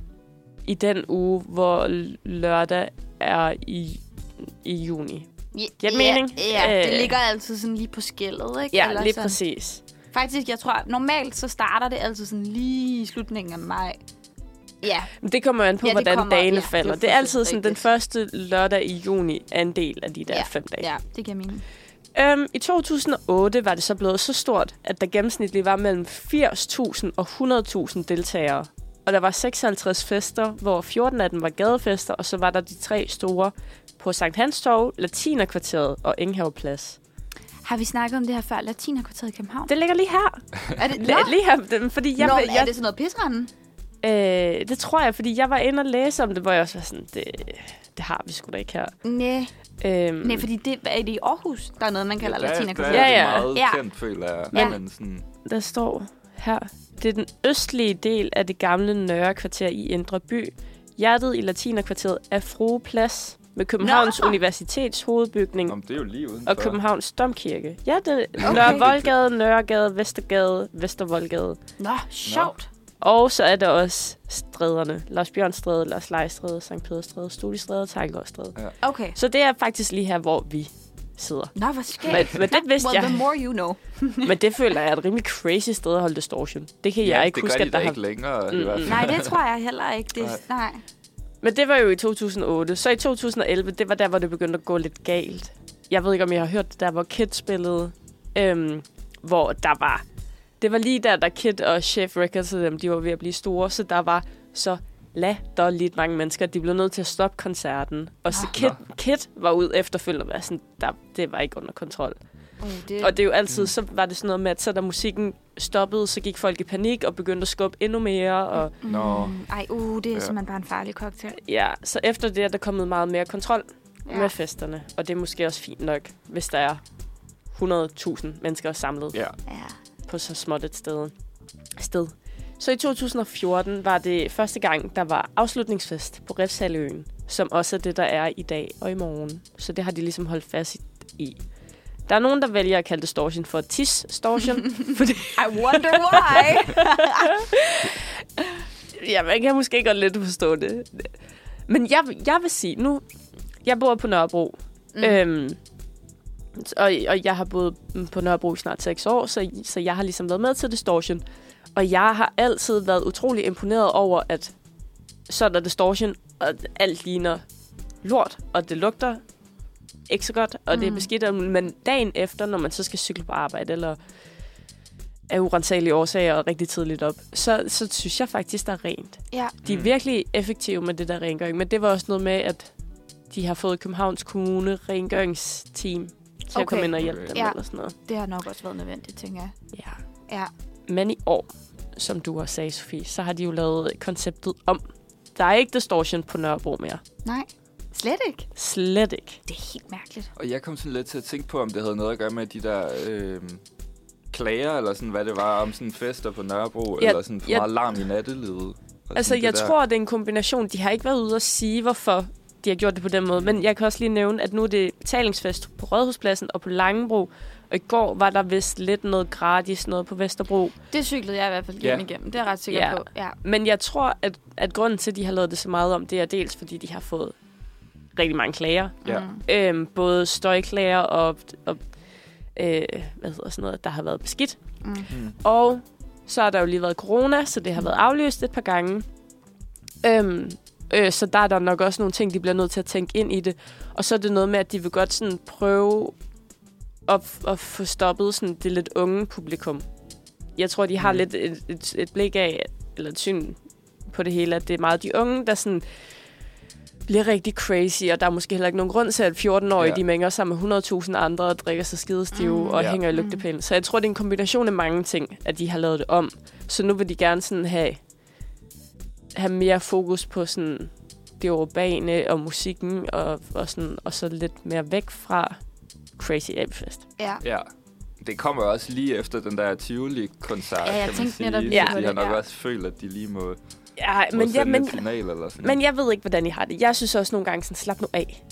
i den uge, hvor lørdag er i, i juni. Ja, Giver det mening? Ja, det Øh. ligger altid sådan lige på skældet, ikke? Ja, Eller lige sådan. præcis. Faktisk, jeg tror, normalt så starter det altid sådan lige i slutningen af maj. Ja, Men det kommer an på, Ja, det hvordan kommer- dagene ja, falder. det er Det er altid sådan, den rigtigt. første lørdag i juni er en del af de der ja, fem dage. ja, det giver mening. Øhm, I to tusind og otte var det så blevet så stort, at der gennemsnitligt var mellem firs tusind og hundrede tusind deltagere. Og der var seksoghalvtreds fester, hvor fjorten af dem var gadefester, og så var der de tre store på Sankt Hans Torv, Latinerkvarteret og Enghaveplads. Har vi snakket om det her før? Latinerkvarteret i København? Det ligger lige her. Er det, L- lige her, dem- fordi jeg, Nå, jeg, er det sådan noget pisrende? øh, det tror jeg, fordi jeg var inde og læse om det, hvor jeg også var sådan, det, det har vi sgu da ikke her. Nej, Øhm, nej, fordi det er det i Aarhus. Der er noget, man kalder der, der Latinerkvarteret. er Ja, ja. det meget Ja. kendt, føler jeg. Ja. Men sådan, Der står her, det er den østlige del af det gamle Nørre Kvarter i Indre By. Hjertet i Latinerkvarteret er Frue Plads med Københavns Nå! Universitets hovedbygning om det er jo lige udenfor. og Københavns Domkirke. Ja, det er Okay. Nørre Voldgade, Nørregade, Vestergade, Vestervoldgade. Nå, sjovt. Og så er der også stræderne. Lars Bjørnstræde, Lars Lejstræde, Sankt Pederstræde, Studiestræde og Teglgårdstræde. Ja. Okay. Så det er faktisk lige her, hvor vi sidder. Nå, hvor skægt. Men, men det vidste Well, jeg. the more you know. Men det føler jeg er et rimelig crazy sted at holde Distortion. Det kan Ja, jeg ikke det huske, gør de at der da har... ikke længere. Mm, i hvert fald. Nej, det tror jeg heller ikke. Det, Nej. nej. Men det var jo i to tusind og otte. Så i to tusind og elleve, det var der, hvor det begyndte at gå lidt galt. Jeg ved ikke, om jeg har hørt det der, hvor Kid spillede. Øhm, hvor der var... Det var lige der, der Kid og Chef Records og dem, de var ved at blive store. Så der var så latterligt mange mennesker. De blev nødt til at stoppe koncerten. Og så Kid, Kid var ud efterfølgende og var sådan, der, det var ikke under kontrol. Uh, det... Og det er jo altid, så var det sådan noget med, at så da musikken stoppede, så gik folk i panik og begyndte at skubbe endnu mere. Og Nå. Mm, ej, uh, det er Ja. simpelthen bare en farlig cocktail. ja, så efter det er der kommet meget mere kontrol Ja. med festerne. Og det er måske også fint nok, hvis der er hundrede tusind mennesker samlet Ja. Ja. på så småt et sted. sted. Så i to tusind og fjorten var det første gang, der var afslutningsfest på Refshaleøen, som også er det, der er i dag og i morgen. Så det har de ligesom holdt fast i. Der er nogen, der vælger at kalde det Stortion for Tis-Stortion. fordi I wonder why. ja, man kan måske godt lidt forstå det. Men jeg, jeg vil sige, nu... Jeg bor på Nørrebro. Mm. Øhm, og, og jeg har boet på Nørrebro i snart seks år, så, så jeg har ligesom været med til Distortion. Og jeg har altid været utrolig imponeret over, at så er der Distortion, og alt ligner lort, og det lugter ikke så godt, og mm. det er beskidt. Men dagen efter, når man så skal cykle på arbejde, eller af urensagelige årsager og rigtig tidligt op, så, så synes jeg faktisk, der er rent. Ja. De er virkelig effektive med det der rengøring, men det var også noget med, at de har fået Københavns Kommune rengøringsteam til okay. at komme ind og hjælpe dem Ja. eller sådan noget. Det har nok også været nødvendigt, tænker jeg. Ja. Ja. Men i år, som du har sagt, Sofie, så har de jo lavet konceptet om. Der er ikke Distortion på Nørrebro mere. Nej, slet ikke. Slet ikke. Det er helt mærkeligt. Og jeg kom sådan lidt til at tænke på, om det havde noget at gøre med de der øh, klager, eller sådan, hvad det var, om sådan fester på Nørrebro, Ja, eller sådan for ja. meget larm i nattelivet. Altså, jeg der. tror, det er en kombination. De har ikke været ude at sige, hvorfor de har gjort det på den måde. Men jeg kan også lige nævne, at nu er det betalingsfest på Rådhuspladsen og på Langebro. Og i går var der vist lidt noget gratis, noget på Vesterbro. Det cyklede jeg i hvert fald hjem Ja. igennem. Det er jeg ret sikker Ja. på. Ja. Men jeg tror, at, at grunden til, at de har lavet det så meget om, det er dels, fordi de har fået rigtig mange klager. Ja. Mm. Øhm, både støjklager og, og øh, hvad hedder sådan noget, der har været beskidt. Mm. Mm. Og så har der jo lige været corona, så det har været aflyst et par gange. Øhm, øh, så der er der nok også nogle ting, de bliver nødt til at tænke ind i det. Og så er det noget med, at de vil godt sådan prøve at, at få stoppet sådan det lidt unge publikum. Jeg tror, de har Mm. lidt et, et, et blik af, eller et syn på det hele, at det er meget de unge, der sådan bliver rigtig crazy, og der er måske heller ikke nogen grund til, at fjorten-årige, Ja. de mænger sammen med hundrede tusind andre og drikker sig skidestive Mm. og Ja. hænger i lygtepælen. Så jeg tror, det er en kombination af mange ting, at de har lavet det om. Så nu vil de gerne sådan have, have mere fokus på sådan det urbane og musikken, og, og, sådan, og så lidt mere væk fra Crazy Abefest. Ja. Ja. Det kommer også lige efter den der Tivoli-koncert, Ja, jeg kan man tænkte sige. netop Så lige de på har det, nok ja. også følt, at de lige må, Ja, må men, ja, sende men, et signal eller sådan men jeg ved ikke, hvordan I har det. Jeg synes også nogle gange, sådan, slap nu af.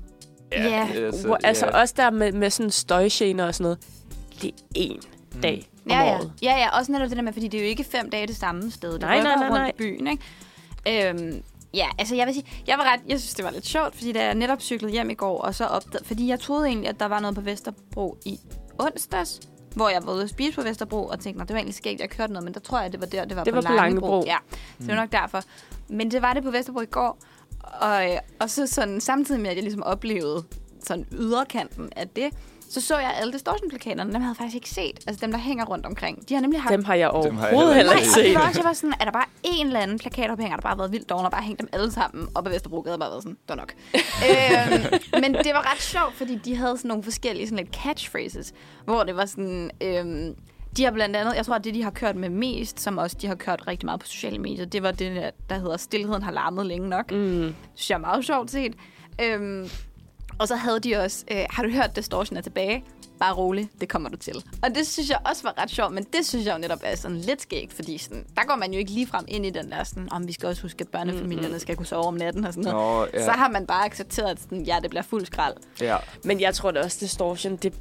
Ja. Altså, altså ja. også der med, med sådan støjgener og sådan noget. Det er én Mm. dag om Ja, ja. året. ja, ja. Også netop det der med, fordi det er jo ikke fem dage det samme sted. Det Nej, rykker nej, nej, rundt nej. i byen, ikke? Øhm, ja, altså jeg vil sige, jeg var ret, jeg synes, det var lidt sjovt, fordi da jeg netop cyklede hjem i går, og så opdagede, fordi jeg troede egentlig, at der var noget på Vesterbro i onsdags, hvor jeg var ude at spise på Vesterbro, og tænkte, det var egentlig skægt, jeg kørte noget, men der tror jeg, det var der, det var, Det på, var på Langebro. Langebro. Ja, så det var nok derfor. Men det var det på Vesterbro i går, og, øh, og så sådan, samtidig med, at jeg ligesom oplevede sådan yderkanten af det, så så jeg alle Distortion-plakaterne. Dem havde jeg faktisk ikke set. Altså dem, der hænger rundt omkring. De har nemlig haft... Dem har jeg har jeg overhovedet heller heller ikke ikke Nej, det set. var også, jeg var sådan, er der bare en eller anden plakatophænger, der bare har været vildt doven, og bare hængt dem alle sammen op ad Vesterbrogade, og bare været sådan, det var nok. øhm, men det var ret sjovt, fordi de havde sådan nogle forskellige sådan lidt catchphrases, hvor det var sådan... Øhm, de har blandt andet, jeg tror, at det, de har kørt med mest, som også de har kørt rigtig meget på sociale medier, det var det, der, der hedder Stilheden har larmet længe nok. Mm. Det synes jeg er meget sjovt set. Øhm, og så havde de også, øh, har du hørt, Distortion er tilbage? Bare rolig, det kommer du til. Og det synes jeg også var ret sjovt, men det synes jeg jo netop er sådan lidt skægt, fordi sådan, der går man jo ikke ligefrem ind i den der sådan, om vi skal også huske, at børnefamilierne Mm-hmm. skal kunne sove om natten og sådan noget. Nå, ja. Så har man bare accepteret, at sådan, ja, det bliver fuld skrald. Ja. Men jeg tror da også, Distortion, det...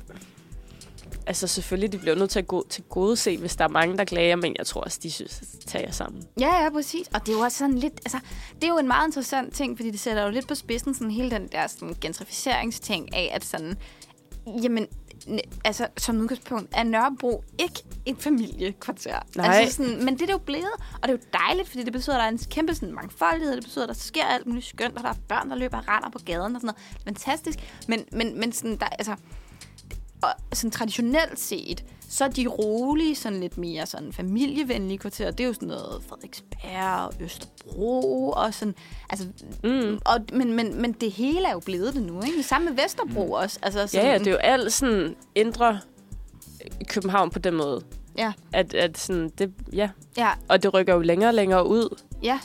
Altså selvfølgelig, de bliver nødt til at gå til gode se, hvis der er mange, der klager, men jeg tror også, de synes, at de tager sammen. Ja, ja, præcis. Og det er jo også sådan lidt, altså, det er jo en meget interessant ting, fordi det sætter jo lidt på spidsen sådan hele den der sådan gentrificeringsting af, at sådan, jamen, altså, som udgangspunkt er Nørrebro ikke et familiekvarter. Nej. Altså sådan, men det er det jo blevet, og det er jo dejligt, fordi det betyder, at der er en kæmpe sådan, mangfoldighed, det betyder, at der sker alt muligt skønt, og der er børn, der løber og render på gaden og sådan noget. Fantastisk. Men, men, men sådan, der, altså, og sådan traditionelt set, så er de rolige, sådan lidt mere sådan familievenlige kvarterer. Det er jo sådan noget Frederiksberg og Østerbro og sådan, altså, mm. og, men, men, men det hele er jo blevet det nu, ikke? Sammen med Vesterbro mm. også. Altså, sådan, ja, ja, det er jo alt sådan indre København på den måde. Ja. At, at sådan, det, ja. ja. Og det rykker jo længere og længere ud. Ja.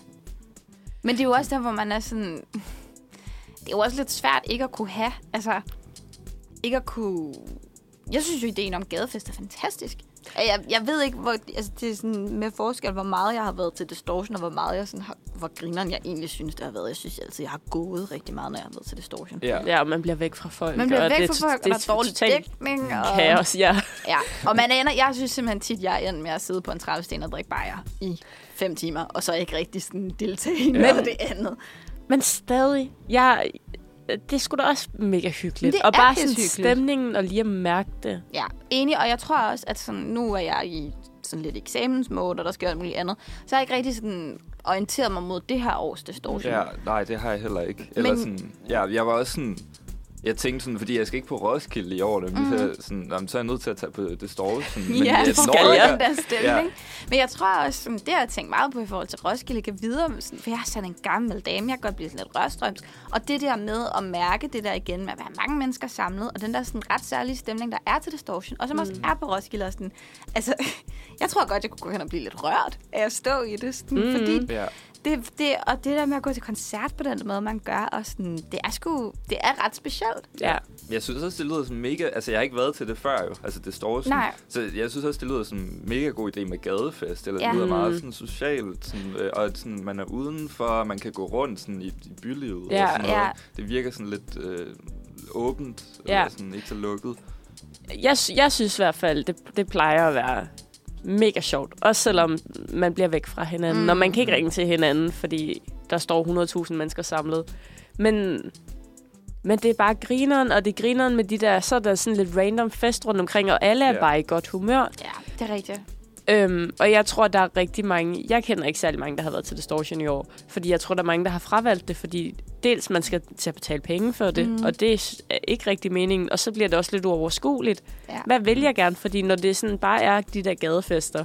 Men det er jo også der, hvor man er sådan... Det er jo også lidt svært ikke at kunne have... Altså, ikke at kunne... Jeg synes jo, ideen om gadefest er fantastisk. Jeg, jeg ved ikke, hvor... Altså, det er sådan med forskel, hvor meget jeg har været til Distortion, og hvor meget jeg sådan har... Hvor grineren jeg egentlig synes, det har været. Jeg synes altid, jeg har gået rigtig meget, når jeg har været til Distortion. Ja, ja, og man bliver væk fra folk. Man bliver og væk det, fra folk, det, og der er dårlig dækning. Og... Kaos, ja. Ja, og man ender... Jeg synes simpelthen tit, jeg ender med at sidde på en travesten og drikke bajer i fem timer, og så ikke rigtig sådan deltage i noget af det andet. Men stadig, jeg... Det er sgu da også mega hyggeligt. Det og bare sådan hyggeligt. Stemningen og lige at mærke det. Ja, enig. Og jeg tror også, at sådan, nu er jeg i sådan lidt eksamensmode, og der sker alt muligt andet. Så har jeg ikke rigtig sådan orienteret mig mod det her års Distortion. Ja, nej, det har jeg heller ikke. Eller Men... sådan, ja, jeg var også sådan... Jeg tænkte sådan, fordi jeg skal ikke på Roskilde i år, mm. så, sådan, jamen, så er jeg nødt til at tage på Distortion. Men ja, jeg skal når, jeg. Den der stemning. Ja. Men jeg tror også, sådan, det har jeg tænkt meget på i forhold til Roskilde, kan videre, sådan, for jeg er sådan en gammel dame, jeg kan godt blive sådan lidt rørstrømsk. Og det der med at mærke det der igen, med at være mange mennesker samlet, og den der sådan ret særlige stemning, der er til Distortion, og som mm. også er på Roskilde. Og sådan, altså, jeg tror godt, jeg kunne gå hen og blive lidt rørt af at stå i det, sådan, mm. fordi... Ja. Det, det, og det der med at gå til koncert på den måde, man gør, og sådan, det er sgu, det er ret specielt. Ja. Jeg synes også, det lyder som mega... Altså, jeg har ikke været til det før jo. Altså, det står sådan... Nej. Så jeg synes også, det lyder som en mega god idé med gadefest. Eller ja. det lyder meget sådan socialt. Sådan, øh, og sådan, man er udenfor, man kan gå rundt sådan, i, i bylivet. Ja. Og sådan noget. Ja. Det virker sådan lidt øh, åbent. Ja. Eller sådan ikke så lukket. Jeg, jeg synes i hvert fald, det, det plejer at være... mega sjovt. Også selvom man bliver væk fra hinanden. Mm. Og man kan ikke ringe til hinanden, fordi der står hundrede tusind mennesker samlet. Men, men det er bare grineren, og det er grineren med de der, så er der sådan lidt random fest rundt omkring, og alle er yeah. bare i godt humør. Ja, det er rigtigt. Øhm, og jeg tror, der er rigtig mange... Jeg kender ikke særlig mange, der har været til Distortion i år. Fordi jeg tror, der er mange, der har fravalgt det, fordi dels man skal til at betale penge for det, mm. og det er ikke rigtig meningen. Og så bliver det også lidt uoverskueligt. Ja. Hvad vil jeg gerne? Fordi når det sådan bare er de der gadefester,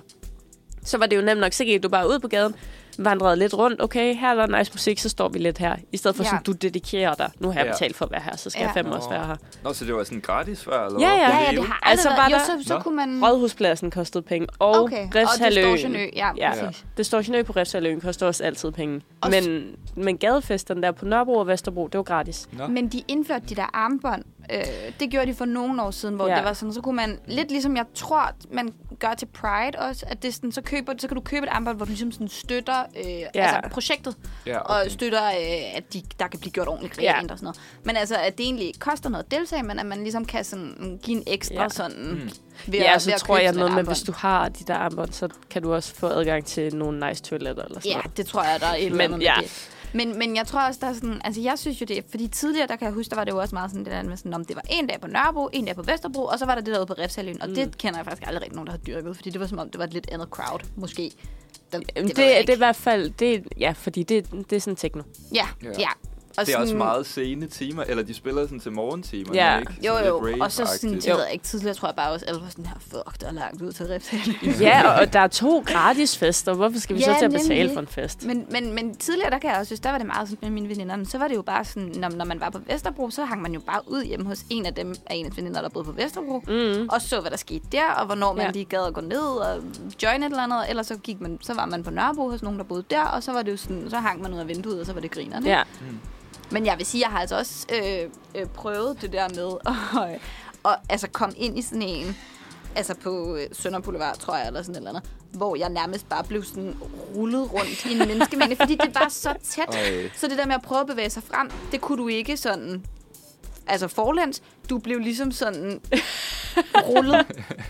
så var det jo nemt nok. Så gik du bare ud på gaden, vandrede lidt rundt. Okay, her er der nice musik, så står vi lidt her. I stedet for, ja. sådan, du dedikerer dig. Nu har jeg betalt for at være her, så skal ja. jeg fem også være her. Nå, så det var sådan gratis før, eller ja, ja, ja, ja, det har altså været. Var jo, der, så, så kunne man... Rådhuspladsen kostede penge, og okay. Refshaløen. Og Distortion Ø, ja, ja. præcis. Distortion Ø på Refshaløen koster også altid penge. Og men, men gadefesterne der på Nørrebro og Vesterbro, det var gratis. Nå. Men de indførte de der armbånd. Øh, det gjorde de for nogle år siden, hvor ja. det var sådan, så kunne man, lidt ligesom jeg tror, man gør til Pride også, at det sådan, så, køber, så kan du købe et armbånd, hvor du ligesom sådan støtter øh, ja. altså projektet, ja, okay. og støtter, øh, at de, der kan blive gjort ordentligt rent ja. og sådan noget. Men altså, at det egentlig koster noget at deltage, men at man ligesom kan sådan, give en ekstra ja. sådan... Mm. Ved ja, at, så ved tror jeg noget med, hvis du har de der armbånd, så kan du også få adgang til nogle nice toiletter eller sådan ja, noget. Ja, det tror jeg, der er et eller andet ja. med det. Men, men jeg tror også, der er sådan... Altså, jeg synes jo det... Fordi tidligere, der kan jeg huske, der var det jo også meget sådan, det der med sådan, om det var en dag på Nørrebro, en dag på Vesterbro, og så var der det derude på Refshaløen. Og mm. det kender jeg faktisk aldrig rigtig nogen, der har dyrket, fordi det var som om, det var et lidt andet crowd, måske. Det, det, det, det er i hvert fald... Det, ja, fordi det, det er sådan techno. Ja, ja. ja. Og det er sådan, også meget sene timer, eller de spiller sådan til morgentimer, ja. ikke? Jo, jo, og så sådan, jeg ved ikke, tidligere tror jeg bare også, alle var sådan her, fuck, der er langt ud til Refshaløen. Ja, og, og der er to gratis fester, hvorfor skal vi ja, så til at betale nemlig. For en fest? Men, men, men tidligere, der kan jeg også synes, der var det meget sådan med mine veninder, men så var det jo bare sådan, når, når man var på Vesterbro, så hang man jo bare ud hjemme hos en af dem, af ens veninder, der boede på Vesterbro, mm. og så, hvad der skete der, og hvornår man ja. lige gad at gå ned og join et eller andet, eller så, gik man, så var man på Nørrebro hos nogen, der boede der, og så var det jo sådan, så hang man ud af vinduet, og så var det grinerne. Ja. Mm. Men jeg vil sige, jeg har altså også øh, øh, prøvet det der med at og, altså komme ind i sådan en, altså på øh, Sønder Boulevard, tror jeg, eller sådan et eller andet, hvor jeg nærmest bare blev sådan rullet rundt i en menneskemængde, fordi det var så tæt. Øj. Så det der med at prøve at bevæge sig frem, det kunne du ikke sådan, altså forlæns, du blev ligesom sådan rullet.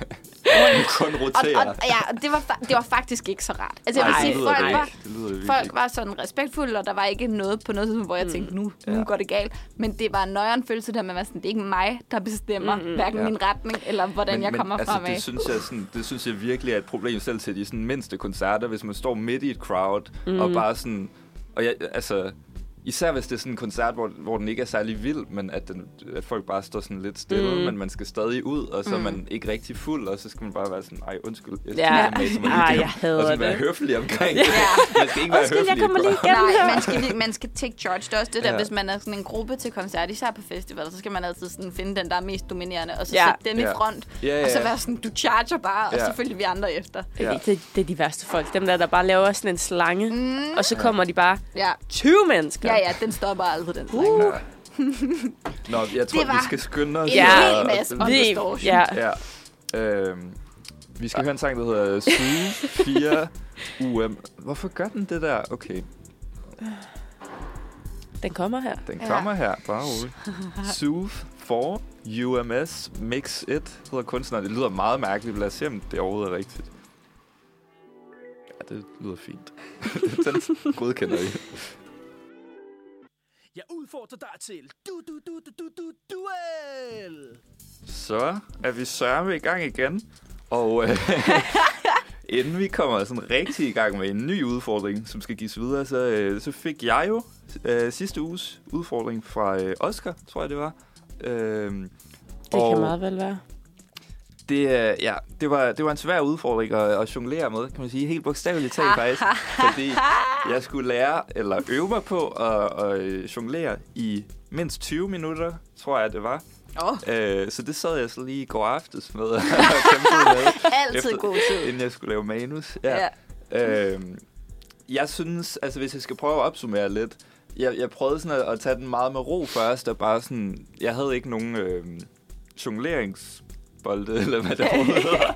Du kun roterer. Og, og, ja, det var, det var faktisk ikke så rart. Altså, jeg vil sige, folk, var, folk var sådan respektfulde, og der var ikke noget på noget tidspunkt, hvor jeg tænkte, nu, nu ja. går det galt. Men det var en nøjeren følelse der med, at det er ikke mig, der bestemmer, mm-hmm. hverken ja. min retning, eller hvordan men, jeg kommer men, fremad. Altså, det, synes jeg sådan, det synes jeg virkelig er et problem selv til de sådan mindste koncerter, hvis man står midt i et crowd, mm. og bare sådan... Og jeg, altså... især hvis det er sådan en koncert, hvor, hvor den ikke er særlig vild, men at, den, at folk bare står sådan lidt stille, mm. men man skal stadig ud, og så mm. er man ikke rigtig fuld, og så skal man bare være sådan, ej, undskyld, jeg skal ja. med, så man Ej, lige jeg hader og så det. være høflig omkring det. Ja. Man skal ikke være undskyld, høflig. jeg kommer lige igennem Nej, her. man skal, man skal take charge. Det er også det der, Ja. hvis man er sådan en gruppe til koncert, især på festivaler, så skal man altid sådan finde den, der er mest dominerende, og så Ja. sætte den Ja. i front, Ja, ja, og så ja. være sådan, du charger bare, og Ja. så følger vi andre efter. Ja. Ja. Det, det er de værste folk. Dem der, der bare laver sådan en slange, mm. og så kommer de bare Ja. tyve mennesker. Ja, ja, den stopper aldrig, den slang. Uh. Nå, jeg tror, Det var vi skal skynde os. en Ja. hel masse on Vi, distortion. ja. Ja. Øhm, vi skal høre en sang, der hedder Soothe fire U M. Hvorfor gør den det der? Okay, Den kommer her. den Ja. kommer her. Bare roligt. Soothe fire U M S Mix It hedder kunstneren. Det lyder meget mærkeligt. Lad os se, om det overhovedet er rigtigt. Ja, det lyder fint. Den godkender vi. Jeg udfordrer dig til du du du du du du duel. Så er vi sørme i gang igen. Og øh, inden vi kommer sådan rigtig i gang med en ny udfordring, som skal gives videre, så, øh, så fik jeg jo øh, sidste uges udfordring fra øh, Oscar, tror jeg det var. Øh, Det kan meget vel være. Det, øh, ja, det, var, det var en svær udfordring at, at jonglere med, kan man sige. Helt bogstaveligt talt faktisk. Fordi jeg skulle lære, eller øve mig på at, at jonglere i mindst tyve minutter, tror jeg det var. Oh. Øh, så det sad jeg så lige i går aftes med og kæmpede med. Altid efter, god tid. Inden jeg skulle lave manus. Ja. Ja. Øh, jeg synes, altså hvis jeg skal prøve at opsummere lidt, jeg, jeg prøvede sådan at, at tage den meget med ro først, og bare sådan, jeg havde ikke nogen øh, jonglerings bolde, eller hvad det hedder.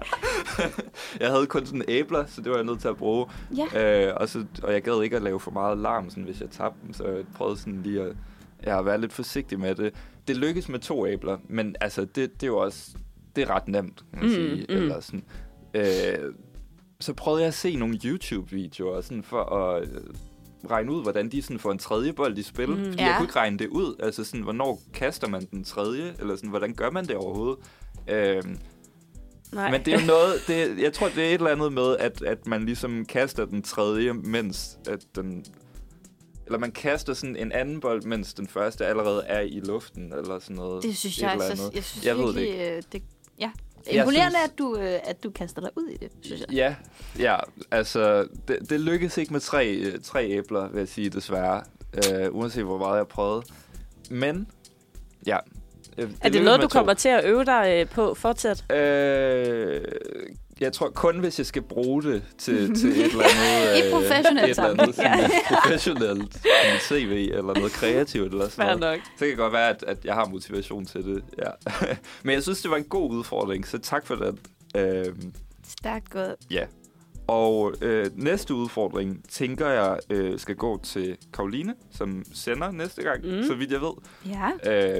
Jeg havde kun sådan æbler, så det var jeg nødt til at bruge. Ja. Øh, og, så, og jeg gad ikke at lave for meget larm, sådan, hvis jeg tabte dem, så jeg prøvede sådan lige at ja, være lidt forsigtig med det. Det lykkedes med to æbler, men altså, det, det er jo også, det er ret nemt, kan man Mm, sige. mm. Eller sådan. Øh, så prøvede jeg at se nogle YouTube-videoer, sådan for at øh, regne ud, hvordan de sådan får en tredje bold i spil. Mm. Fordi Ja. jeg kunne ikke regne det ud. Altså sådan, hvornår kaster man den tredje? Eller sådan, hvordan gør man det overhovedet? Øhm, Nej. men det er jo noget, det, jeg tror, det er et eller andet med, at, at man ligesom kaster den tredje, mens at den... Eller man kaster sådan en anden bold, mens den første allerede er i luften, eller sådan noget. Det synes Et jeg, eller altså, andet. jeg synes Jeg ved det virkelig, øh, det, ja. Jeg Imponerende, synes- at, du, øh, at du kaster dig ud i det, synes jeg. Ja, ja, altså, det, det lykkedes ikke med tre, øh, tre æbler, vil jeg sige, desværre. Øh, uanset hvor meget jeg prøvede. Men, ja. øh, Er det lykkedes noget, med du to. kommer til at øve dig øh, på fortsat? Øh, jeg tror kun, hvis jeg skal bruge det til, til et eller andet... I professionelt et eller andet sådan, professionelt sådan C V, eller noget kreativt, eller sådan Fair noget. nok. Så kan det godt være, at, at jeg har motivation til det, ja. Men jeg synes, det var en god udfordring, så tak for det. Øh, Stærkt gået. Ja. Og øh, næste udfordring, tænker jeg, øh, skal gå til Karoline, som sender næste gang, Mm. mm. så vidt jeg ved. Ja. Øh,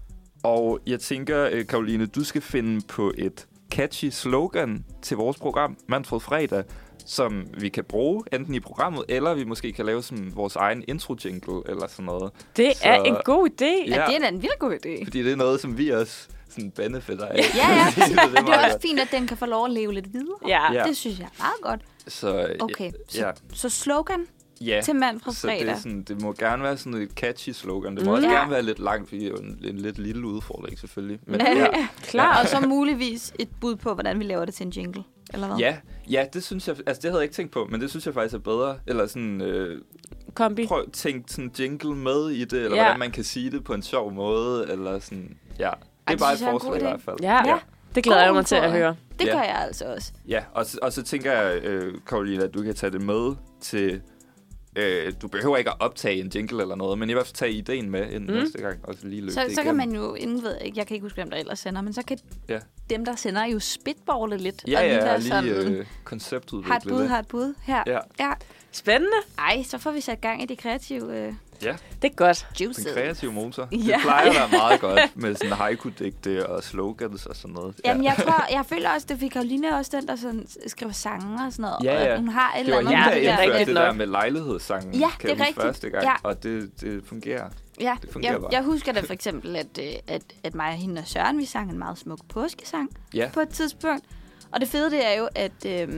og jeg tænker, øh, Karoline, du skal finde på et catchy slogan til vores program, Manfred Fredag, som vi kan bruge enten i programmet, eller vi måske kan lave som vores egen intro-jingle, eller sådan noget. Det Så- er en god idé. Ja. Ja, det er da en vildt god idé. Fordi det er noget, som vi også sådan benefitter af. Ja, ja, det er og det er meget også fint, at den kan få lov at leve lidt videre. Ja. Ja. Det synes jeg er meget godt. Så, øh, Okay, så, ja. så slogan Ja. til Manfred Så det, er Fredag. sådan, det må gerne være sådan et catchy slogan. Det må Mm. også Ja. gerne være lidt langt, fordi det er jo en, en lidt lille udfordring selvfølgelig. Men Ja. ja, Klar, og så muligvis et bud på, hvordan vi laver det til en jingle. Eller hvad? ja, ja, det synes jeg, altså det havde jeg ikke tænkt på, men det synes jeg faktisk er bedre. Eller sådan, øh, Kombi. prøv at tænke sådan jingle med i det, eller Ja. hvordan man kan sige det på en sjov måde, eller sådan, ja. Det Ej, er det bare et synes jeg er en forslag god i idé. hvert fald. Ja. Ja. Det glæder God jeg mig til at udfordring. høre. Det Ja. gør jeg altså også. Ja, og så, og så tænker jeg, øh, Karoline, at du kan tage det med til... Øh, du behøver ikke at optage en jingle eller noget, men i hvert fald tage ideen med ind Mm. næste gang, og så lige løbe Så, det så kan igennem. man jo, inden ved jeg, jeg kan ikke huske, hvem der ellers sender, men så kan Ja. dem, der sender, jo spitballe lidt. Ja, og ja, være lige sådan, øh, konceptudvikle har et bud, det. har et bud. Her. Ja. ja. Spændende. Ej, så får vi sat gang i de kreative øh, Ja, Det er godt. juices. den kreative motor. Ja. Det plejer at være meget godt med sådan haiku-digte og slogans og sådan noget. Jamen, jeg tror, jeg føler også, det fik Karoline også den, der sådan skriver sange og sådan noget. Ja, ja. Og hun har et Det var eller hende, andet. der det er indførte rigtigt det nok. der med lejlighedssangen, Ja, kan det er jeg huske, rigtigt. første gang, Ja. og det, det fungerer. Ja, Det fungerer jeg, bare. jeg husker da for eksempel, at, øh, at, at mig og hende og Søren, vi sang en meget smuk påskesang Ja. på et tidspunkt. Og det fede, det er jo, at øh,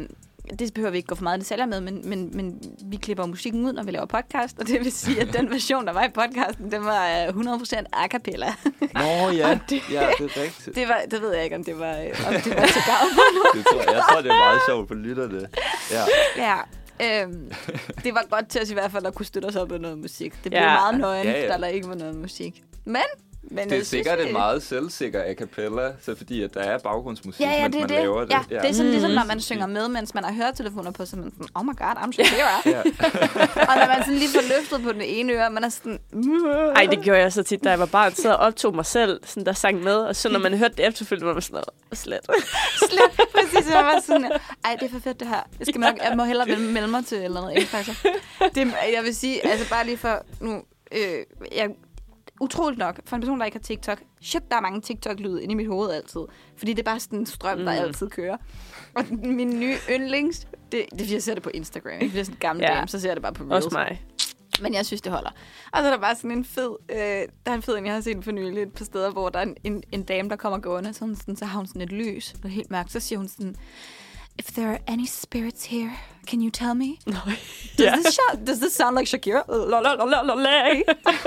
det behøver vi ikke gå for meget detaljer med, men, men, men vi klipper musikken ud, når vi laver podcast, og det vil sige, at den version, der var i podcasten, den var hundrede procent a cappella. Nå ja, det, ja, det er rigtigt. Det, var, det ved jeg ikke, om det var, om det var til gavn for det tror, jeg tror, det er meget sjovt for lytterne. Ja. Ja. Øhm, det var godt til os i hvert fald at kunne støtte os op med noget musik. Det blev Ja. meget nøgen, Ja, ja. da der ikke var noget musik. Men, men Det er jeg sikkert synes, en meget selvsikker a cappella, så fordi at der er baggrundsmusik, Ja, ja, mens det er man det. laver det. Ja, det er sådan ligesom, Mm. når man synger med, mens man har høretelefoner på, så man sådan, oh my god, I'm Shakira. Ja. Og når man sådan lige får løftet på den ene øre, man er sådan... Ej, det gjorde jeg så tit, da jeg var barn. Så jeg optog mig selv, sådan, der sang med. Og så når man hørte det efterfølgende, var man sådan noget slet. Slet, præcis. Jeg var sådan, ej, det er for fedt det her. Jeg, skal nok, jeg må hellere melde, melde mig til eller noget. Ikke, faktisk. Det, jeg vil sige, altså bare lige for nu... Øh, jeg, utroligt nok, for en person, der ikke har TikTok, shit, der er mange TikTok-lyde inde i mit hoved altid. Fordi det er bare sådan en strøm, der Mm. altid kører. Og min nye yndlings, det, det er fordi, jeg ser det på Instagram. Ikke? Fordi jeg er sådan en gammel Ja. dame, så ser jeg det bare på Reels. Også mig. Men jeg synes, det holder. Og så er der bare sådan en fed... Øh, der er en fed en, jeg har set for nylig et par steder, hvor der er en, en, en dame, der kommer gående. Så, hun sådan, så har hun sådan et lys, der er helt mørkt. Så siger hun sådan... If there are any spirits here, can you tell me? Nå, Does, ja. this, sh- does this sound like Shakira? La, la, la, la, la, la. Jeg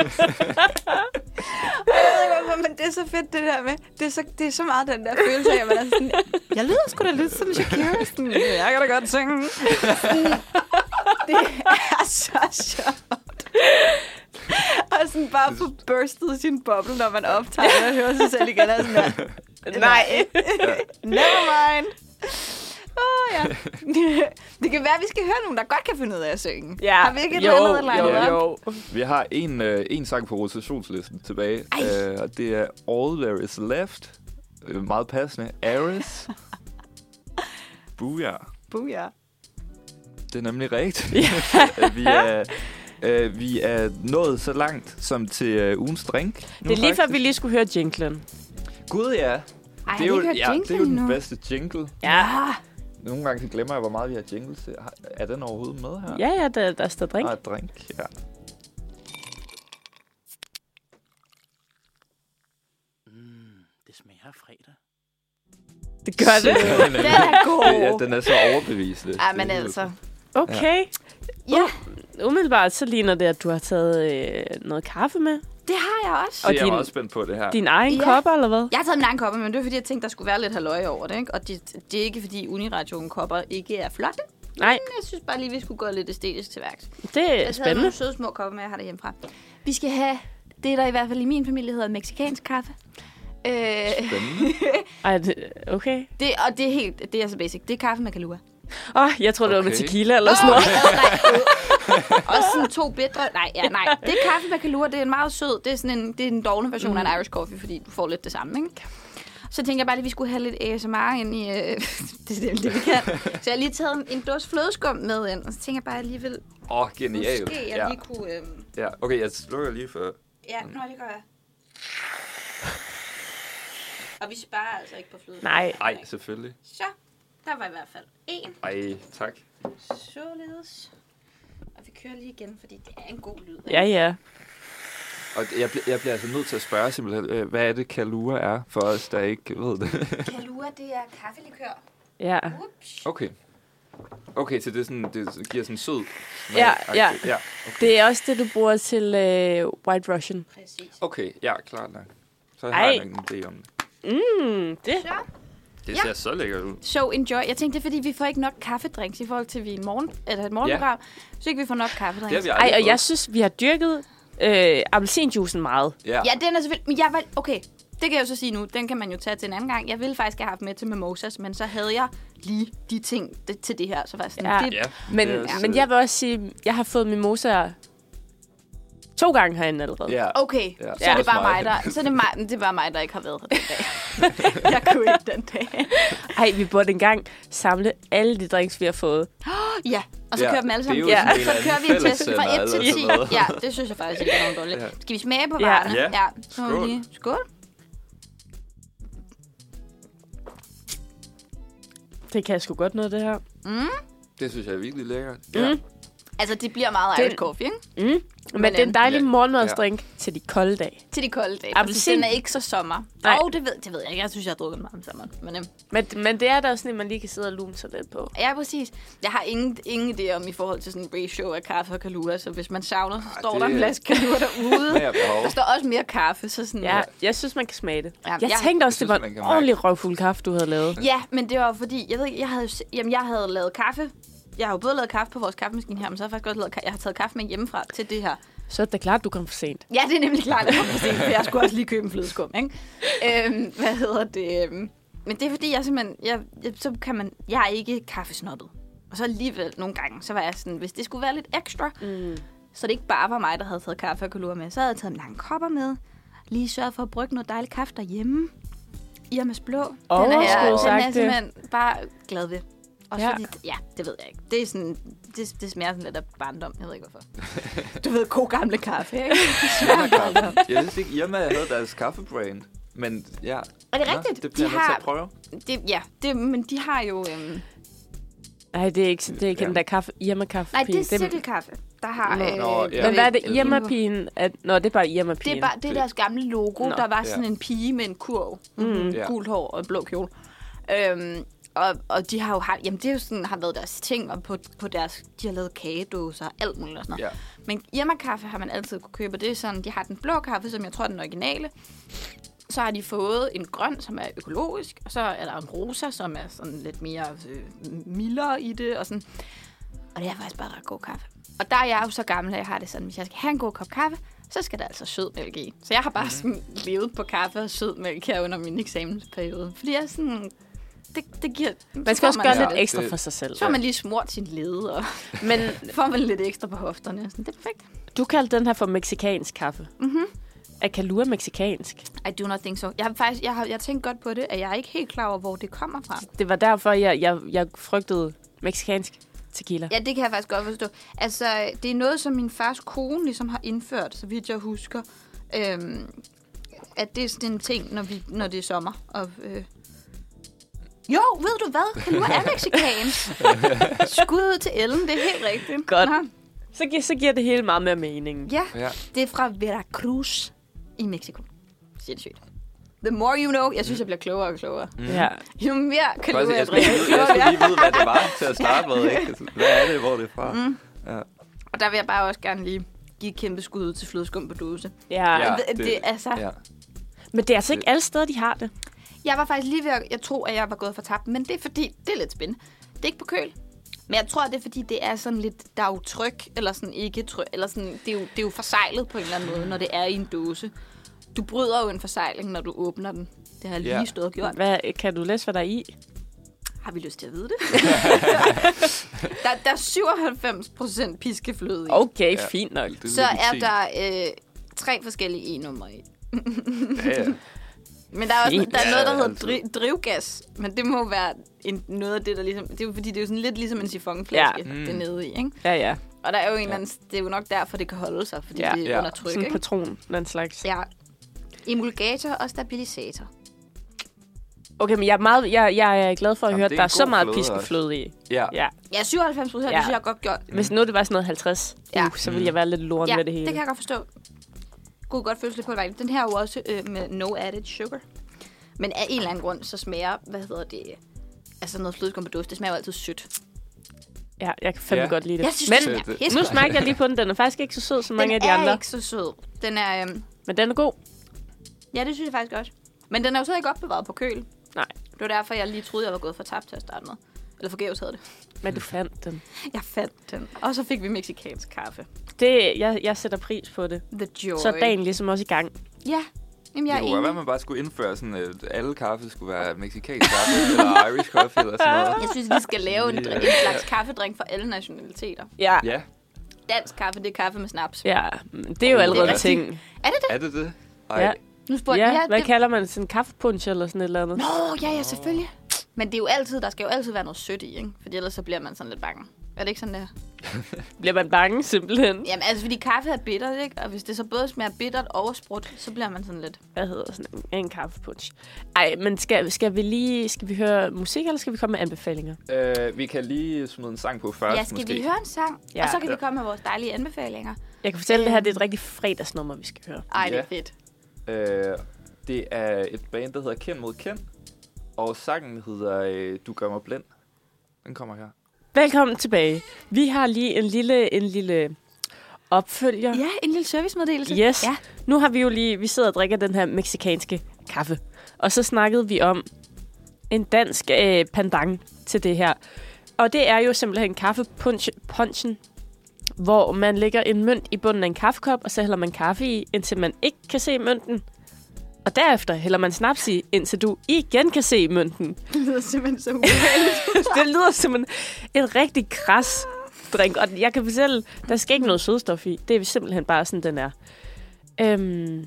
ved ikke, hvorfor, men det er så fedt, det der med. Det er så, det er så meget den der følelse af, at man er sådan... Jeg lyder sgu da lidt som Shakira. Sådan, jeg kan da godt synge. Sådan, det er så sjovt. Og sådan bare få burstet sin boble, når man optager og hører sig selv igen. Og sådan der, nej, never mind. Åh, oh, ja. Det kan være, at vi skal høre nogen, der godt kan finde ud af at synge. Ja. Har vi ikke et jo, eller andet legnet jo, op? jo. Vi har en, øh, en sang på rotationslisten tilbage, øh, og det er All There Is Left. Øh, meget passende. Aris. Booyah. Booyah. Det er nemlig rigtigt. vi, er, øh, vi er nået så langt som til øh, ugens drink. Nu, Det er lige før, faktisk. vi lige skulle høre jinglen. Gud, ja. Ej, det, er jo, det ja, det er jo den bedste jingle. Ja. Nogle gange så glemmer jeg, hvor meget vi har jingle til. Har- Er den overhovedet med her? Ja, ja, der, der står drink. Ah, drink, ja. Mm, det smager af fredag. Det gør det. Den er god. Ja, den er så overbevisende. Ej, men Det er altså. Okay. Ja, Umiddelbart så ligner det, at du har taget øh, noget kaffe med. det har jeg også. Så Og jeg er din- meget spændt på det her. Din egen Ja. kopper, eller hvad? Jeg har taget min egen kopper, men det er fordi, jeg tænkte, der skulle være lidt halløj over det. Ikke? Og det, det er ikke fordi, Uniradioen kopper ikke er flotte. Nej, Men jeg synes bare lige, vi skulle gå lidt æstetisk til værks. det er Jeg har taget spændende. nogle søde små kopper med, jeg har derhjemmefra. Vi skal have det, der i hvert fald i min familie hedder mexicansk kaffe. Øh, Spændende. Ej, det, okay. det, og det er helt, det er så basic. Det er kaffe med Kahlua. Åh, oh, jeg tror det var med Okay. tequila eller sådan noget. Og sådan to bitre. Nej, ja, nej. Det er kaffe med Kahlua. Det er en meget sød. Det er sådan en, det er en dogne version mm. af en Irish coffee, fordi du får lidt det samme, ikke? Så tænker jeg bare lige, at vi skulle have lidt A S M R ind i... Øh, det er det, det, vi kan. Så jeg har lige taget en, en dåse flødeskum med ind. Og så tænker jeg bare, at jeg lige vil... Åh, oh, genialt. Måske jeg ja. lige kunne... Øh, ja. Okay, jeg slukker lige for... ja, nå, det gør jeg. Og vi sparer altså ikke på fløde. Nej. Ej, selvfølgelig. Så, der var i hvert fald en. Ej, tak. Således. Og vi kører lige igen, fordi det er en god lyd. ikke? Ja, ja. Og jeg, bl- jeg bliver altså nødt til at spørge simpelthen, øh, hvad er det, Kahlua er, for os, der ikke ved det? Kahlua, det er kaffelikør. Ja. Ups. Okay. Okay, så det, er sådan, det giver sådan en sød... Ja, ja. ja okay. Det er også det, du bruger til øh, White Russian. Præcis. okay, ja, klart nok. Så har Ej. jeg nok en idé om det. Mm, det. Så. Det Ja. ser så lækkert ud. So enjoy. Jeg tænkte, det er, fordi vi får ikke nok kaffedrinks i forhold til, vi er en morgen, eller et morgenprogram. Så ikke vi får nok kaffedrinks. Det har vi Ej, aldrig og prøvet. jeg synes, vi har dyrket øh, appelsinjuicen meget. Ja. Ja, den er selvfølgelig... Men jeg var... Okay, det kan jeg jo så sige nu. Den kan man jo tage til en anden gang. Jeg ville faktisk have haft med til mimosas, men så havde jeg lige de ting det, til det her. Så var jeg sådan, Ja. det, Ja, Men, det er også, men jeg vil også sige, jeg har fået mimosaer to gange herinde allerede. Ja. okay, Ja, så så er det også bare mig, mig. der... Så er det, mig, det er bare mig, der ikke har været her den dag. Jeg kunne ikke den dag. Ej, vi burde engang samle alle de drinks, vi har fået. Ja, og så Ja, kører dem alle det er sammen. jo Ja. sådan en Så eller kører anden vi en test fra fællessender et til eller ti. sådan noget. Ja, det synes jeg faktisk ikke er nogen dårligt. Ja. Skal vi smage på Ja. varerne? Ja. ja. Så må vi Skål. lige... Skål. Det kan jeg sgu godt noget, det her. Mm. Det synes jeg er virkelig lækkert. Mm. Ja. Altså, det bliver meget Irish coffee, ikke? Mm. Men, Men, Men det er en dejlig ja. morgenmadsdrink ja. til de kolde dage. Til de kolde dage. Appelsin. Den er ikke så sommer. Nej. Og det ved, det ved jeg ikke. Jeg synes, jeg har drukket meget om sommeren. Men, øhm, Men, men det er da sådan, at man lige kan sidde og lune sig lidt på. ja, præcis. Jeg har ingen, ingen idé om i forhold til sådan en ratio af kaffe og Kahlua. Så hvis man savner, så står det- der en flaske Kahlua derude. Mere behov. Der står også mere kaffe. Så sådan, Ja, jeg synes, man kan smage det. Ja, Jeg jeg- tænkte også, jeg det var synes, man en kan mærke ordentlig røvfuld kaffe, du havde lavet. Ja, men det var fordi, jeg ved ikke, jeg havde, jo se- jamen, jeg havde lavet kaffe. Jeg har jo både lavet kaffe på vores kaffemaskine her, men så har jeg faktisk også lavet, ka- jeg har taget kaffe med hjemmefra til det her. Så er det klart, du kom for sent. Ja, det er nemlig klart, at jeg kom for sent, for jeg skulle også lige købe en flødeskum, ikke? Øhm, hvad hedder det? Øhm, men det er fordi, jeg simpelthen, jeg, jeg, så kan man, jeg er ikke kaffesnobbet. Og så alligevel nogle gange, så var jeg sådan, hvis det skulle være lidt ekstra, Mm. så det ikke bare var mig, der havde taget kaffe og Kahlua med, så havde jeg taget en lang kopper med, lige sørget for at brygge noget dejligt kaffe derhjemme. Irmas Blå. Den er jeg, den er jeg Overskudsagtigt. simpelthen bare glad ved. Også Ja. ja. fordi, ja, det ved jeg ikke. Det, er sådan, det, det smager sådan lidt af barndom. Jeg ved ikke, hvorfor. Du ved, god gamle kaffe, ikke? Irma-kaffe. Jeg vidste ikke, Irma havde deres kaffebrand. Men ja. Er det Nå, rigtigt? det bliver De jeg nødt til har- at prøve. Det, ja, det, men de har jo... Øhm, Nej, det er ikke, det er ikke Ja. den der kaffe, Irma-kaffe. nej, det er cirkelkaffe. Der har... Nå. Øh, Nå, ja. Men hvad er det, øh, Irma-pigen? At, nå, det er bare Irma-pigen. Det er, bare, det er deres gamle logo. Nå. Der var Ja. sådan en pige med en kurv. Mm. Ja. Gult hår og blå kjole. Øhm, og, og de har jo haft, jamen det er jo sådan, har været deres ting, og på, på deres, de har lavet kagedåser og alt muligt og sådan noget. Ja. Men Irma-kaffe har man altid kunne købe, og det er sådan, de har den blå kaffe, som jeg tror er den originale. Så har de fået en grøn, som er økologisk, og så er der en rosa, som er sådan lidt mere øh, mildere i det, og sådan. Og det er faktisk bare ret god kaffe. Og der er jeg jo så gammel, at jeg har det sådan, hvis jeg skal have en god kop kaffe, så skal der altså sødmælk i. Så jeg har bare mm. sådan levet på kaffe og sødmælk her under min eksamensperiode. Fordi jeg er sådan... Det, det giver... Man skal så også får gøre Ja, lidt ekstra det- for sig selv. Så har man lige smurt sin lede, og Men får man lidt ekstra på hofterne. Sådan, det er perfekt. du kaldte den her for meksikansk kaffe. Mm-hmm. Er Kahlua meksikansk? I do not think so. Jeg har faktisk jeg har, jeg har tænkt godt på det, at jeg er ikke helt klar over, hvor det kommer fra. Det var derfor, jeg, jeg, jeg frygtede meksikansk tequila. Ja, det kan jeg faktisk godt forstå. Altså, det er noget, som min fars kone ligesom har indført, så vidt jeg husker. Øhm, at det er sådan en ting, når, vi, når det er sommer. Og, øh... Jo, ved du hvad? Kahlua er mexicansk. Skud ud til Ellen, det er helt rigtigt. Godt. Nå. Så, gi- så giver det hele meget mere mening. Ja, Ja. det er fra Veracruz i Mexico. Sindssygt. The more you know. Jeg synes, jeg bliver klogere og klogere. Mm. Ja. Jo mere Kahlua Faktisk, jeg jeg, skulle drikker, lige, jo jeg skulle mere. lige vide, hvad det var til at starte med. Ikke? Altså, hvad er det, hvor det er fra? Mm. Ja. Og der vil jeg bare også gerne lige give et kæmpe skud ud til flødeskum på dåse. Ja. Ja. det, det- det, altså, Ja. Men det er altså ikke alle steder, de har det. Jeg var faktisk lige ved at jeg tror, at jeg var gået for tabt, men det er fordi, det er lidt spændende. Det er ikke på køl. Men jeg tror, det er fordi, det er sådan lidt, der er jo tryk, eller sådan ikke tryk, eller sådan, det er, jo, det er jo forsejlet på en eller anden måde, når det er i en dåse. Du bryder jo en forsejling, når du åbner den. Det har jeg lige Ja. stået og gjort. Hvad, kan du læse, hvad der er i? Har vi lyst til at vide det? der, der er syvoghalvfems procent piskefløde i. Okay, Ja. fint nok. Det Så lidt er sent. der øh, tre forskellige e-numre i. Ja, ja. Men der er også Fint. der er noget, der Ja, hedder altså. dri- drivgas. Men det må være en, noget af det, der ligesom... Det er jo fordi, det er jo sådan lidt ligesom en sifonflaske, Ja. ja. Mm. det er nede i, ikke? Ja, ja. Og der er jo en eller anden... Det er jo nok derfor, det kan holde sig, fordi Ja. det er Ja. under tryk, Sådan en ikke? patron, den slags. Ja. Emulgator og stabilisator. Okay, men jeg er, meget, jeg, jeg er glad for at Jamen, høre, at det er der er en så god meget fløde piskefløde i. Ja. Ja. Ja, syvoghalvfems procent, Ja. det synes jeg er godt gjort. Hvis nu det var sådan noget halvtreds, Ja. uh, så ville jeg være lidt loren Ja, ved det det hele. kan jeg godt forstå. Kunne godt føles lidt på vejen. Den her er jo også øh, med no added sugar. Men af en eller anden grund, så smager, hvad hedder det, altså noget flødeskum på dåse, det smager jo altid sødt. Ja, jeg kan fandme Ja. godt lide det. Jeg synes, Men det smager det- pisse nu godt. smagte jeg lige på den. Den er faktisk ikke så sød som mange af de Den andre. er ikke så sød. Den er, øhm, Men den er god. ja, det synes jeg faktisk også. Men den er jo så ikke opbevaret på køl. Nej. Det var derfor, jeg lige troede, jeg var gået for tabt til at starte med. Eller forgæves havde det. Men du fandt den. Jeg fandt den. Og så fik vi mexicansk kaffe. Det, jeg, jeg sætter pris på det. The joy. Så er dagen ligesom også i gang. Ja, jamen jeg er Det kunne godt være, enig. at man bare skulle indføre sådan, at alle kaffe skulle være mexicansk kaffe, eller Irish coffee, eller sådan noget. Jeg synes, vi skal lave en, Ja. en slags kaffedrink for alle nationaliteter. Ja. Ja, Dansk kaffe, det er kaffe med snaps. Ja, det er jo Oh, allerede det er en ting. Er det det? er det det? Ej. Ja. Nu spurgte Ja, jeg. hvad det... kalder man det? Sådan en kaffepunch eller sådan et eller andet? Nå, ja, ja, selvfølgelig. Men det er jo altid, der skal jo altid være noget sødt i, ikke? For ellers så bliver man sådan lidt bange. Er det ikke sådan, der? Bliver man bange, simpelthen? Jamen, altså, fordi kaffe er bittert, ikke? Og hvis det så både smager bittert og sprut, så bliver man sådan lidt... Hvad hedder sådan en, en kaffepunch? Ej, men skal, skal vi lige... Skal vi høre musik, eller skal vi komme med anbefalinger? Øh, vi kan lige smide en sang på først, Ja, skal måske. vi høre en sang? Ja. Og så kan Ja. vi komme med vores dejlige anbefalinger. Jeg kan fortælle, Øhm. det her det er et rigtig fredagsnummer, vi skal høre. Ej, det er Ja. fedt. Øh, det er et band, der hedder Kend mod Kend. Og sangen hedder øh, Du gør mig blind. Den kommer her. Velkommen tilbage. Vi har lige en lille, en lille opfølger. Ja, en lille servicemeddelelse. Yes. Ja. Nu har vi jo lige... Vi sidder og drikker den her mexikanske kaffe. Og så snakkede vi om en dansk øh, pendant til det her. Og det er jo simpelthen kaffepunchen, hvor man lægger en mønt i bunden af en kaffekop, og så hælder man kaffe i, indtil man ikke kan se mønten. Og derefter hælder man snaps i, indtil du igen kan se mønten. Det lyder simpelthen så ubehageligt. Det lyder som en, en rigtig kras drink. Og jeg kan fortælle, der skal ikke noget sødstof i. Det er simpelthen bare sådan, den er. Øhm,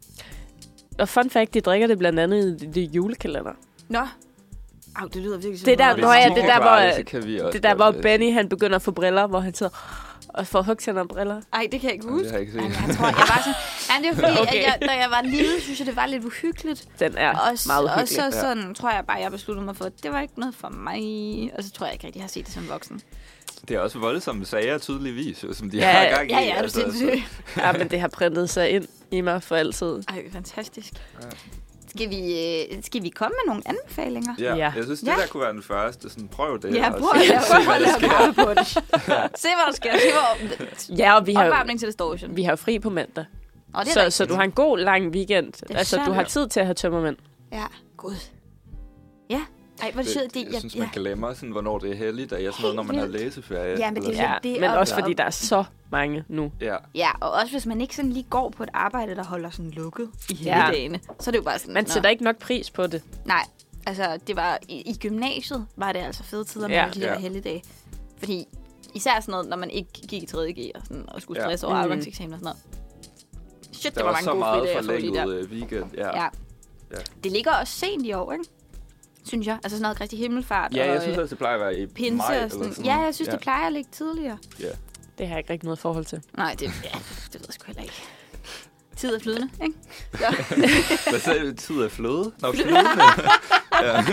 og fun fact, de drikker det blandt andet i det julekalender. Nå. Au, det lyder virkelig så Det er der, Hvis hvor, de ja, kan det der, klare det, så hvor, kan vi også det der, godt, hvor øh, Benny han begynder at få briller, hvor han sidder og får hugtænder og briller. Ej, det kan jeg ikke Jamen, huske. det har jeg ikke set. Jamen, jeg tror, jeg var sådan... Ja, det er fordi, Okay. okay. at jeg, da jeg var lille, synes jeg, det var lidt uhyggeligt. Den er Og, s- meget og hyggelig. så sådan, tror jeg bare, jeg besluttede mig for, at det var ikke noget for mig. Og så tror jeg ikke rigtig, jeg har set det som voksen. Det er også voldsomme sager, tydeligvis, jo, som de Ja, har gang i. Ja, ja, det er altså, sindssygt. Ja, men det har printet sig ind i mig for altid. Ej, fantastisk. Ja. Skal vi, øh, skal vi komme med nogle anbefalinger? Ja, Ja. jeg synes, det Ja. der kunne være den første. Sådan, prøv det. Ja, og prøv se- at se, lave, hvad der sker. kaffepunch. Se, hvad der sker. Se, hvor Ja, og vi har, jo, opvarmning til distortion. vi har jo fri på mandag. Og det er Så, rigtigt. så du har en god, lang weekend. er Altså, du sandt. har tid til at have tømmermænd. Ja, gud. Ja. Ej, hvor er det sjovt. Det, Jeg synes, man ja. glemmer, sådan, hvornår det er heldigt, og jeg sådan noget, når man har Helt vildt. læseferie. Ja, men det er eller Ja, det men op- også fordi op- der er så mange nu. sådan. Ja. Ja, og også hvis man ikke sådan lige går på et arbejde, der holder sådan lukket i hele Ja. dagene, så er det jo bare sådan... Man nå. sætter ikke nok pris på det. Nej, altså det var i, i gymnasiet, var det altså fede tider med Ja. ja. de der Ja. helligdage. Fordi især sådan noget, når man ikke gik i tredje G og, sådan, og skulle Ja. stresse over Mhm. afgangseksamen og sådan noget. Shit, Der det var, var så mange gode meget fridage at få lige der. forlænget øh, weekend. Ja. Ja. Ja. Det ligger også sent i år, ikke? Synes jeg. Altså sådan noget Kristi Himmelfart Ja, og jeg synes øh, også, det plejer at være i pinse maj og eller sådan. sådan. Ja, jeg synes, ja. det plejer at ligge tidligere. Det har jeg ikke rigtig noget forhold til. Nej, det, ja, det ved jeg sgu heller ikke. Tid er flydende, ikke? Så. Hvad sagde du? Tid er fløde? Nå, flydende. ja.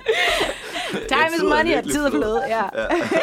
Time is tid er money, og virkelig tid er fløde. fløde, ja.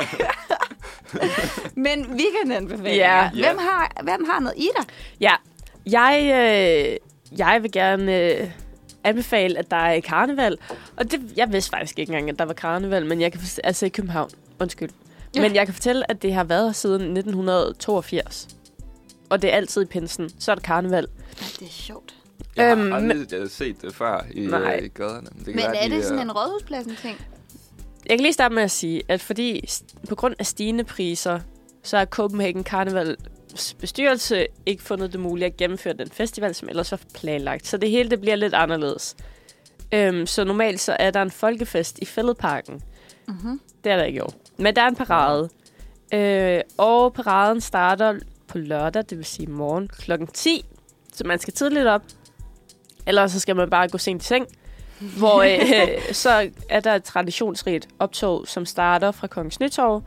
Men weekendanbefalinger. Ja. Hvem, har, hvem har noget i dig? Ja, jeg, øh, jeg vil gerne øh, anbefale, at der er karneval. Og det, jeg vidste faktisk ikke engang, at der var karneval, men jeg kan fortælle, altså i København, undskyld. Ja. Men jeg kan fortælle, at det har været siden nitten toogfirs. Og det er altid i pinsen. Så er der karneval. Ja, det er sjovt. Jeg har Øhm, aldrig jeg har set det før i, Nej. øh, i gaderne. Men, det kan Men være, er de det sådan er- en rådhuspladsen-ting? Jeg kan lige starte med at sige, at fordi st- på grund af stigende priser, så er Copenhagen Carnivals bestyrelse ikke fundet det muligt at gennemføre den festival, som ellers var planlagt. Så det hele det bliver lidt anderledes. Øhm, så normalt så er der en folkefest i Fælledparken. Mm-hmm. Det er der ikke i år. Men der er en parade. Øh, og paraden starter på lørdag, det vil sige morgen klokken ti. Så man skal tidligt op. Ellers så skal man bare gå sent i seng. Hvor øh, så er der et traditionsrigt optog, som starter fra Kongens Nytorv.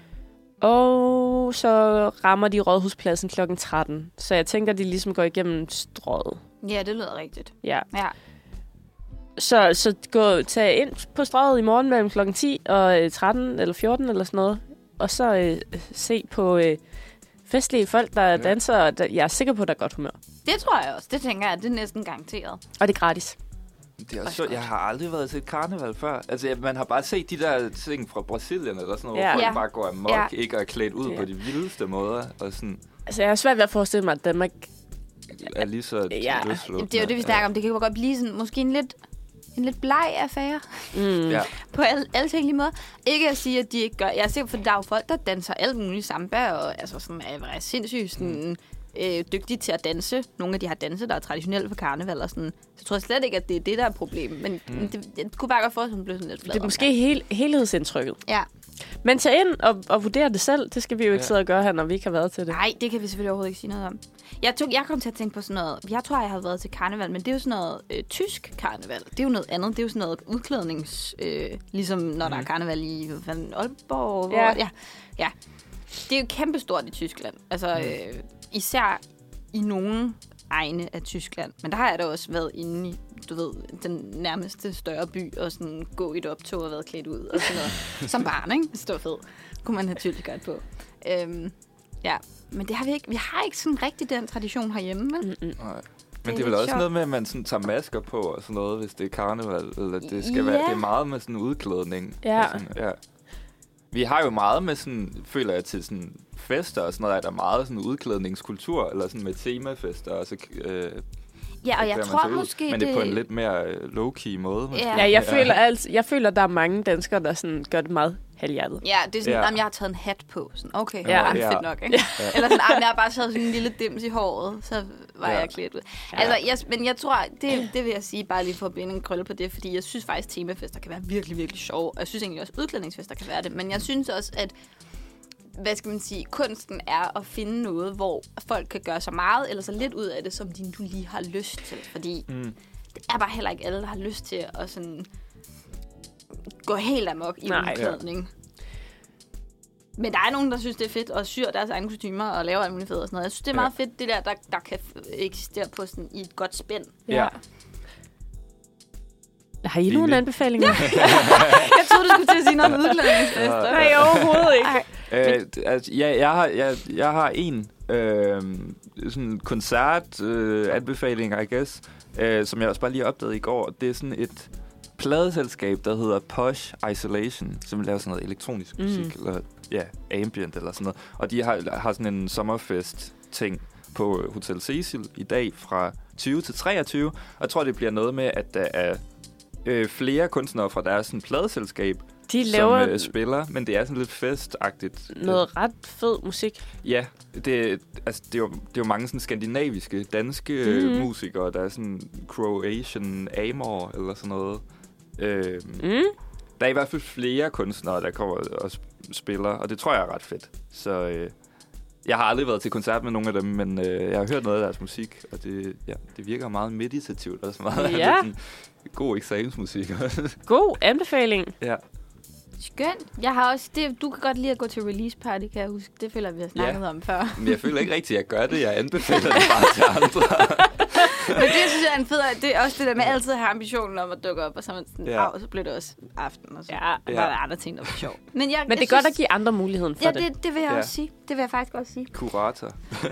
Og så rammer de Rådhuspladsen klokken tretten. Så jeg tænker, de ligesom går igennem strøget. Ja, det lyder rigtigt. Ja. Ja. Så, så gå, tag ind på strøget i morgen mellem klokken ti og øh, tretten eller fjorten eller sådan noget. Og så øh, se på øh, festlige folk, der ja. danser. Og der, jeg er sikker på, at der er godt humør. Det tror jeg også. Det tænker jeg, det er næsten garanteret. Og det er gratis. Det er også sjovt. Jeg har aldrig været til et karneval før. Altså, jeg- man har bare set de der ting fra Brasilien eller sådan noget, Ja. hvor folk Ja. bare går amok, Ja. ikke er klædt ud Ja. på de vildeste måder, og sådan Altså, jeg har svært ved at forestille mig, at Danmark... er lige så Ja. løslukkende. Det er jo det, vi snakker om. Det kan jo godt blive sådan, måske en lidt, en lidt bleg affære Mm. Ja. på alle, alle tænkelige måder. Ikke at sige, at de ikke gør... Jeg er sikker, for der er jo folk, der danser alt muligt samba, og altså sådan er, er sindssygt sådan øh, dygtige til at danse. Nogle af de her danse, der er traditionelle for karneval og sådan. Så tror jeg slet ikke, at det er det, der er problemet. Men mm. det, jeg kunne bare godt få, at hun blev sådan lidt flad. Det er måske hel, helhedsindtrykket. Ja. Men tag ind og, og vurdere det selv. Det skal vi jo ikke ja. sidde og gøre her, når vi ikke har været til det. Nej, det kan vi selvfølgelig overhovedet ikke sige noget om. Jeg, tog, jeg kom til at tænke på sådan noget... Jeg tror, jeg har været til karneval, men det er jo sådan noget øh, tysk karneval. Det er jo noget andet. Det er jo sådan noget udklædnings... Øh, ligesom når mm. der er karneval i hvad fanden, Aalborg. Ja. Hvor, ja. ja. Det er jo kæmpestort i Tyskland. Altså, øh, især i nogle egne af Tyskland. Men der har jeg da også været inde i, du ved, den nærmeste større by, og sådan gå i et optog og været klædt ud, og sådan noget. Som barn, ikke? Det var fedt. Kunne man naturligt godt på. Øhm, ja, men det har vi ikke. Vi har ikke sådan rigtig den tradition herhjemme, vel? Mm-mm. Nej. Men det er vel også sjovt. Noget med, at man sådan tager masker på og sådan noget, hvis det er karneval, eller det skal ja. være, det er meget med sådan udklædning. Ja. Sådan, ja. Vi har jo meget med sådan, føler jeg, til sådan fester og sådan noget, er der meget sådan udklædningskultur, eller sådan med temafester, og så øh, ja, og jeg tror måske ud, men det er på en lidt mere low-key måde. Ja, ja jeg, føler altså, jeg føler, der er mange danskere, der sådan gør det meget halvhjertet. Ja, det er sådan, ja. at jeg har taget en hat på. Sådan, okay, ja. det er fedt nok, ikke? Ja. Eller sådan, jeg har bare taget sådan en lille dims i håret, så var ja. jeg klædt ud. Ja. Altså, jeg, men jeg tror, det, det vil jeg sige, bare lige for at binde en krølle på det, fordi jeg synes faktisk, temafester kan være virkelig, virkelig sjove. Og jeg synes egentlig også, udklædningsfester kan være det. Men jeg synes også, at hvad skal man sige, kunsten er at finde noget, hvor folk kan gøre så meget eller så lidt ud af det, som de du lige har lyst til. Fordi mm. det er bare heller ikke alle, der har lyst til at sådan gå helt amok i udklædning. Ja. Men der er nogen, der synes, det er fedt at syr deres egne kostymer og lave alt muligt fedt og sådan noget. Jeg synes, det er meget ja. fedt, det der, der, der kan eksistere på sådan i et godt spænd. Ja. Har I nogle anbefalinger? Jeg troede, du skulle til at sige noget om udklædningsfester. Ja. Nej, overhovedet ikke. Øh, altså, ja, jeg har, jeg, jeg har en øh, sådan koncert øh, anbefaling, I guess, øh, som jeg også bare lige opdagede i går. Det er sådan et pladeselskab, der hedder Posh Isolation, som laver sådan noget elektronisk mm. musik, eller ja, ambient eller sådan noget. Og de har, har sådan en sommerfest-ting på Hotel Cecil i dag fra tyve til treogtyve. Og jeg tror, det bliver noget med, at der er øh, flere kunstnere fra deres sådan, pladeselskab, de laver som øh, spiller, men det er sådan lidt festagtigt. Noget ret fed musik. Ja, det, altså, det, er, jo, det er jo mange sådan skandinaviske, danske mm-hmm. musikere. Der er sådan Croatian Amor eller sådan noget. Øh, mm. Der er i hvert fald flere kunstnere, der kommer og spiller, og det tror jeg er ret fedt. Så øh, jeg har aldrig været til koncert med nogle af dem, men øh, jeg har hørt noget af deres musik, og det, ja, det virker meget meditativt og så meget. Ja. God eksamensmusik. God anbefaling. Ja. Skønt. Jeg har også det, du kan godt lide at gå til release party, kan jeg huske. Det føler jeg, vi har snakket ja. om før. Men jeg føler ikke rigtigt, at jeg gør det. Jeg anbefaler det bare til andre. Men det synes jeg er en fed. Det er også det der med altid at have ambitionen om at dukke op, og så, man sådan, ja. så bliver det også aften, og så ja. Ja. var der andre ting, der var sjov. Men, jeg, Men det er jeg godt at give andre muligheden for ja, det. Ja, det, det vil jeg ja. også sige. Det vil jeg faktisk også sige. Kurator.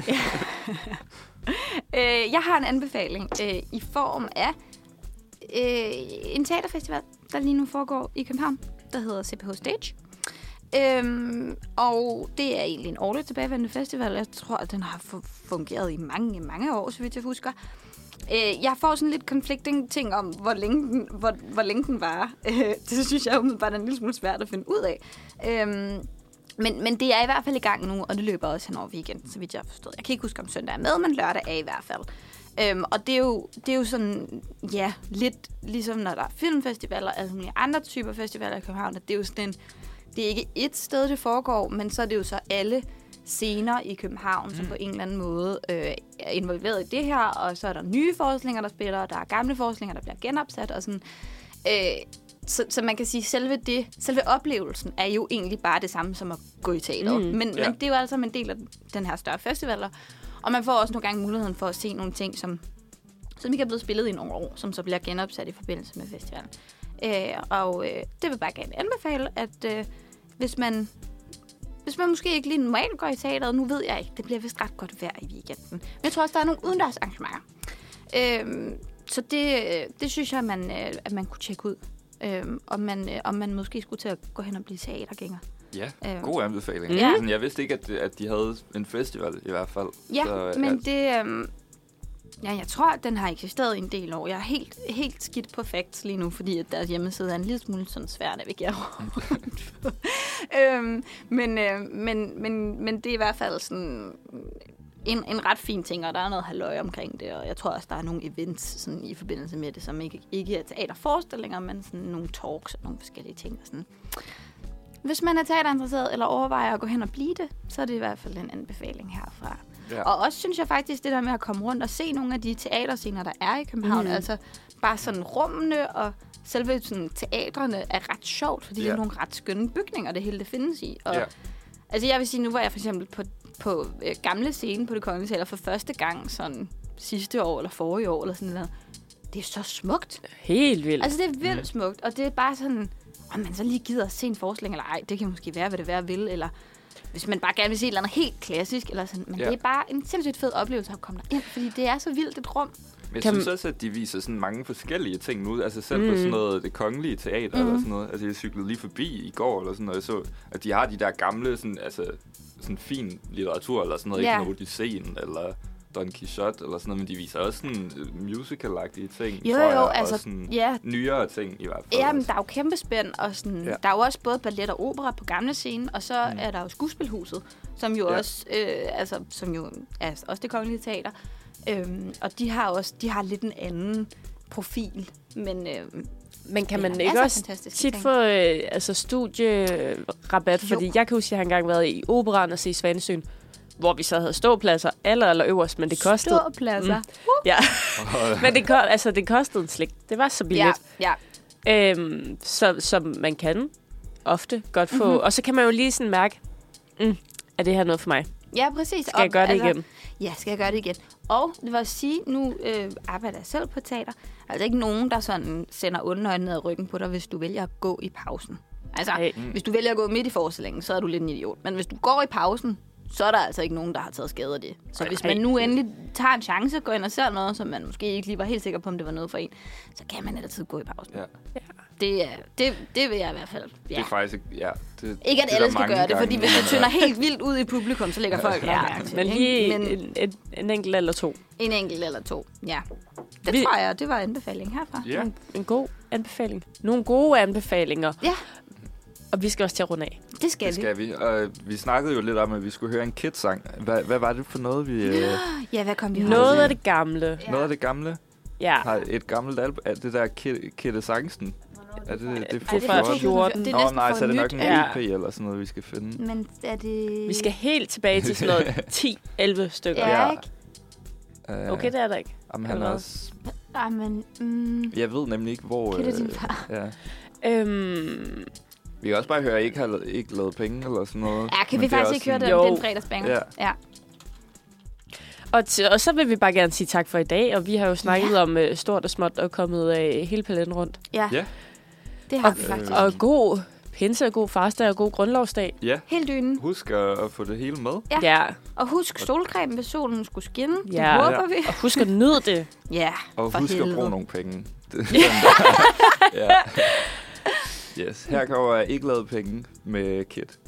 øh, jeg har en anbefaling øh, i form af øh, en teaterfestival, der lige nu foregår i København, der hedder C P H Stage. Øhm, og det er egentlig en årligt tilbagevendende festival. Jeg tror, at den har fungeret i mange, mange år, så vidt jeg husker. Øh, jeg får sådan lidt conflicting ting om, hvor længe den, hvor, hvor længe den var. Øh, det synes jeg umiddelbart er en lille smule svært at finde ud af. Øhm, men, men det er i hvert fald i gang nu, og det løber også hen over weekenden, så vidt jeg har forstået. Jeg kan ikke huske, om søndag er med, men lørdag er i hvert fald. Øhm, og det er, jo, det er jo sådan, ja, lidt ligesom når der er filmfestivaler, altså nogle andre typer festivaler i København, det er jo sådan en, det er ikke ét sted, det foregår, men så er det jo så alle scener i København, mm. som på en eller anden måde øh, er involveret i det her, og så er der nye forestillinger, der spiller, og der er gamle forestillinger, der bliver genopsat, og sådan. Øh, så, så man kan sige, selve det, selve oplevelsen er jo egentlig bare det samme som at gå i teater. Mm. Men, ja. men det er jo altså en del af den her større festivaler, og man får også nogle gange muligheden for at se nogle ting, som, som ikke er blevet spillet i nogle år, som så bliver genopsat i forbindelse med festivalen. Øh, og øh, det vil bare gerne anbefale, at øh, hvis man hvis man måske ikke lige normalt går i teateret, nu ved jeg ikke, det bliver vist ret godt vejr i weekenden. Men jeg tror også, der er nogle udendørs arrangementer. Øh, så det, det synes jeg, at man, at man kunne tjekke ud. Øh, om, man, om man måske skulle til at gå hen og blive teatergænger. Ja, øh, god anbefaling. Ja. Jeg vidste ikke, at, at de havde en festival i hvert fald. Ja, så, men ja. det... Øh, Ja, jeg tror, at den har eksisteret i en del år. Jeg er helt, helt skidt på facts lige nu, fordi at deres hjemmeside er en lille smule sådan svær at navigere øhm, men, øh, men, men, men det er i hvert fald sådan en, en ret fin ting, og der er noget halløj omkring det, og jeg tror også, der er nogle events sådan, i forbindelse med det, som ikke, ikke er teaterforestillinger, men sådan nogle talks og nogle forskellige ting. Og sådan. Hvis man er teaterinteresseret eller overvejer at gå hen og blive det, så er det i hvert fald en anbefaling herfra. Ja. Og også synes jeg faktisk, det der med at komme rundt og se nogle af de teaterscener, der er i København, mm. altså bare sådan rummene og selve sådan, teatrene er ret sjovt, fordi ja. det er nogle ret skønne bygninger, det hele det findes i. Og, ja. Altså jeg vil sige, nu var jeg for eksempel på, på øh, gamle scene på Det Kongelige Teater for første gang sådan sidste år eller forrige år eller sådan noget. Det er så smukt. Helt vildt. Altså det er vildt mm. smukt, og det er bare sådan, om man så lige gider at se en forestilling, eller ej, det kan måske være, hvad det være vil, eller hvis man bare gerne vil se et eller andet helt klassisk, eller sådan. Men ja. det er bare en sindssygt fed oplevelse at komme derind, fordi det er så vildt et rum. Men jeg kan synes også, at de viser sådan mange forskellige ting nu. Altså selv mm. på sådan noget Det Kongelige Teater mm. eller sådan noget. Altså jeg cyklede lige forbi i går eller sådan noget, og jeg så, at de har de der gamle, sådan, altså sådan fin litteratur eller sådan noget. Yeah. Ikke noget Odysseen eller Don Quixote eller sådan noget, men de viser også sådan musical-agtige ting, jo, tror jeg, jo, og altså, sådan ja. nyere ting i hvert fald. Ja, men der er jo kæmpe spænd, og sådan, ja. der er jo også både ballet og opera på gamle scene, og så mm. er der jo Skuespilhuset, som jo ja. også, øh, altså, som jo er også Det Kongelige Teater, øhm, og de har også, de har lidt en anden profil, men øh, Men kan man ikke også tit få øh, altså studierabat? Fordi jeg kan huske, at jeg har engang været i Operaen og se Svanesøen, hvor vi så havde ståpladser aller, aller øverst, men det kostede... Ståpladser? Mm, ja, men det, altså, det kostede en slik. Det var så billigt. Ja, ja. Øhm, så, så man kan ofte godt få... Mm-hmm. Og så kan man jo lige sådan mærke, mm, er det her noget for mig? Ja, præcis. Skal jeg gøre det altså, igen? Ja, skal jeg gøre det igen. Og det var at sige, nu øh, arbejder jeg selv på teater. Altså ikke nogen, der sådan sender underøjne ned ad ryggen på dig, hvis du vælger at gå i pausen. Altså, hey. mm. hvis du vælger at gå midt i forestillingen, så er du lidt en idiot. Men hvis du går i pausen, så er der altså ikke nogen, der har taget skade af det. Så hvis man nu endelig tager en chance, går ind og ser noget, som man måske ikke lige var helt sikker på, om det var noget for en, så kan man altid gå i pausen. Ja. Ja. Det, er, det, det vil jeg i hvert fald. Ja. Det er faktisk, ja. Det, ikke at det alle skal gøre det, fordi hvis du tynder helt vildt ud i publikum, så lægger folk ja, mærke til. Men lige men, en, en, en enkelt eller to. En enkelt eller to, ja. Det Vi, tror jeg, det var anbefaling herfra. Ja. En, en god anbefaling. Nogle gode anbefalinger. Ja. Og vi skal også til at runde af. Det skal, det skal vi. vi. Og vi snakkede jo lidt om, at vi skulle høre en Kid-sang. Hvad, hvad var det for noget, vi... Øh... Ja, hvad kom vi Noget af det gamle. Ja. Noget af det gamle? Ja. Har et gammelt album. Er det der Kid Sangsten? Er det, det, det, det er fra fjorten? Det er næsten Nå, nej, så er det nok en ja. E P eller sådan noget, vi skal finde. Men er det... Vi skal helt tilbage til sådan noget ti elleve stykker. Ja, ikke? Uh, okay, det er der ikke. Jamen, han er også... Jamen, mm... Jeg ved nemlig ikke, hvor... Kid er din far. Ja. Øhm... Vi kan også bare høre, at I ikke har ikke lavet penge eller sådan noget. Ja, kan vi faktisk ikke høre det, den fredagsbanger? Ja. ja. Og, t- og så vil vi bare gerne sige tak for i dag, og vi har jo snakket ja. om uh, stort og småt og kommet af hele paletten rundt. Ja, ja. det har og, vi faktisk. Og god pinse, og god farsdag og god grundlovsdag. Ja. Helt dynen. Husk at, at få det hele med. Ja. ja. Og husk solcremen, hvis solen skulle skinne. Ja. Det håber ja. vi. Og husk at nyde det. Ja, og for husk helvede. at bruge nogle penge. ja. Yes. Her kommer Ikke lavet penge med Kid.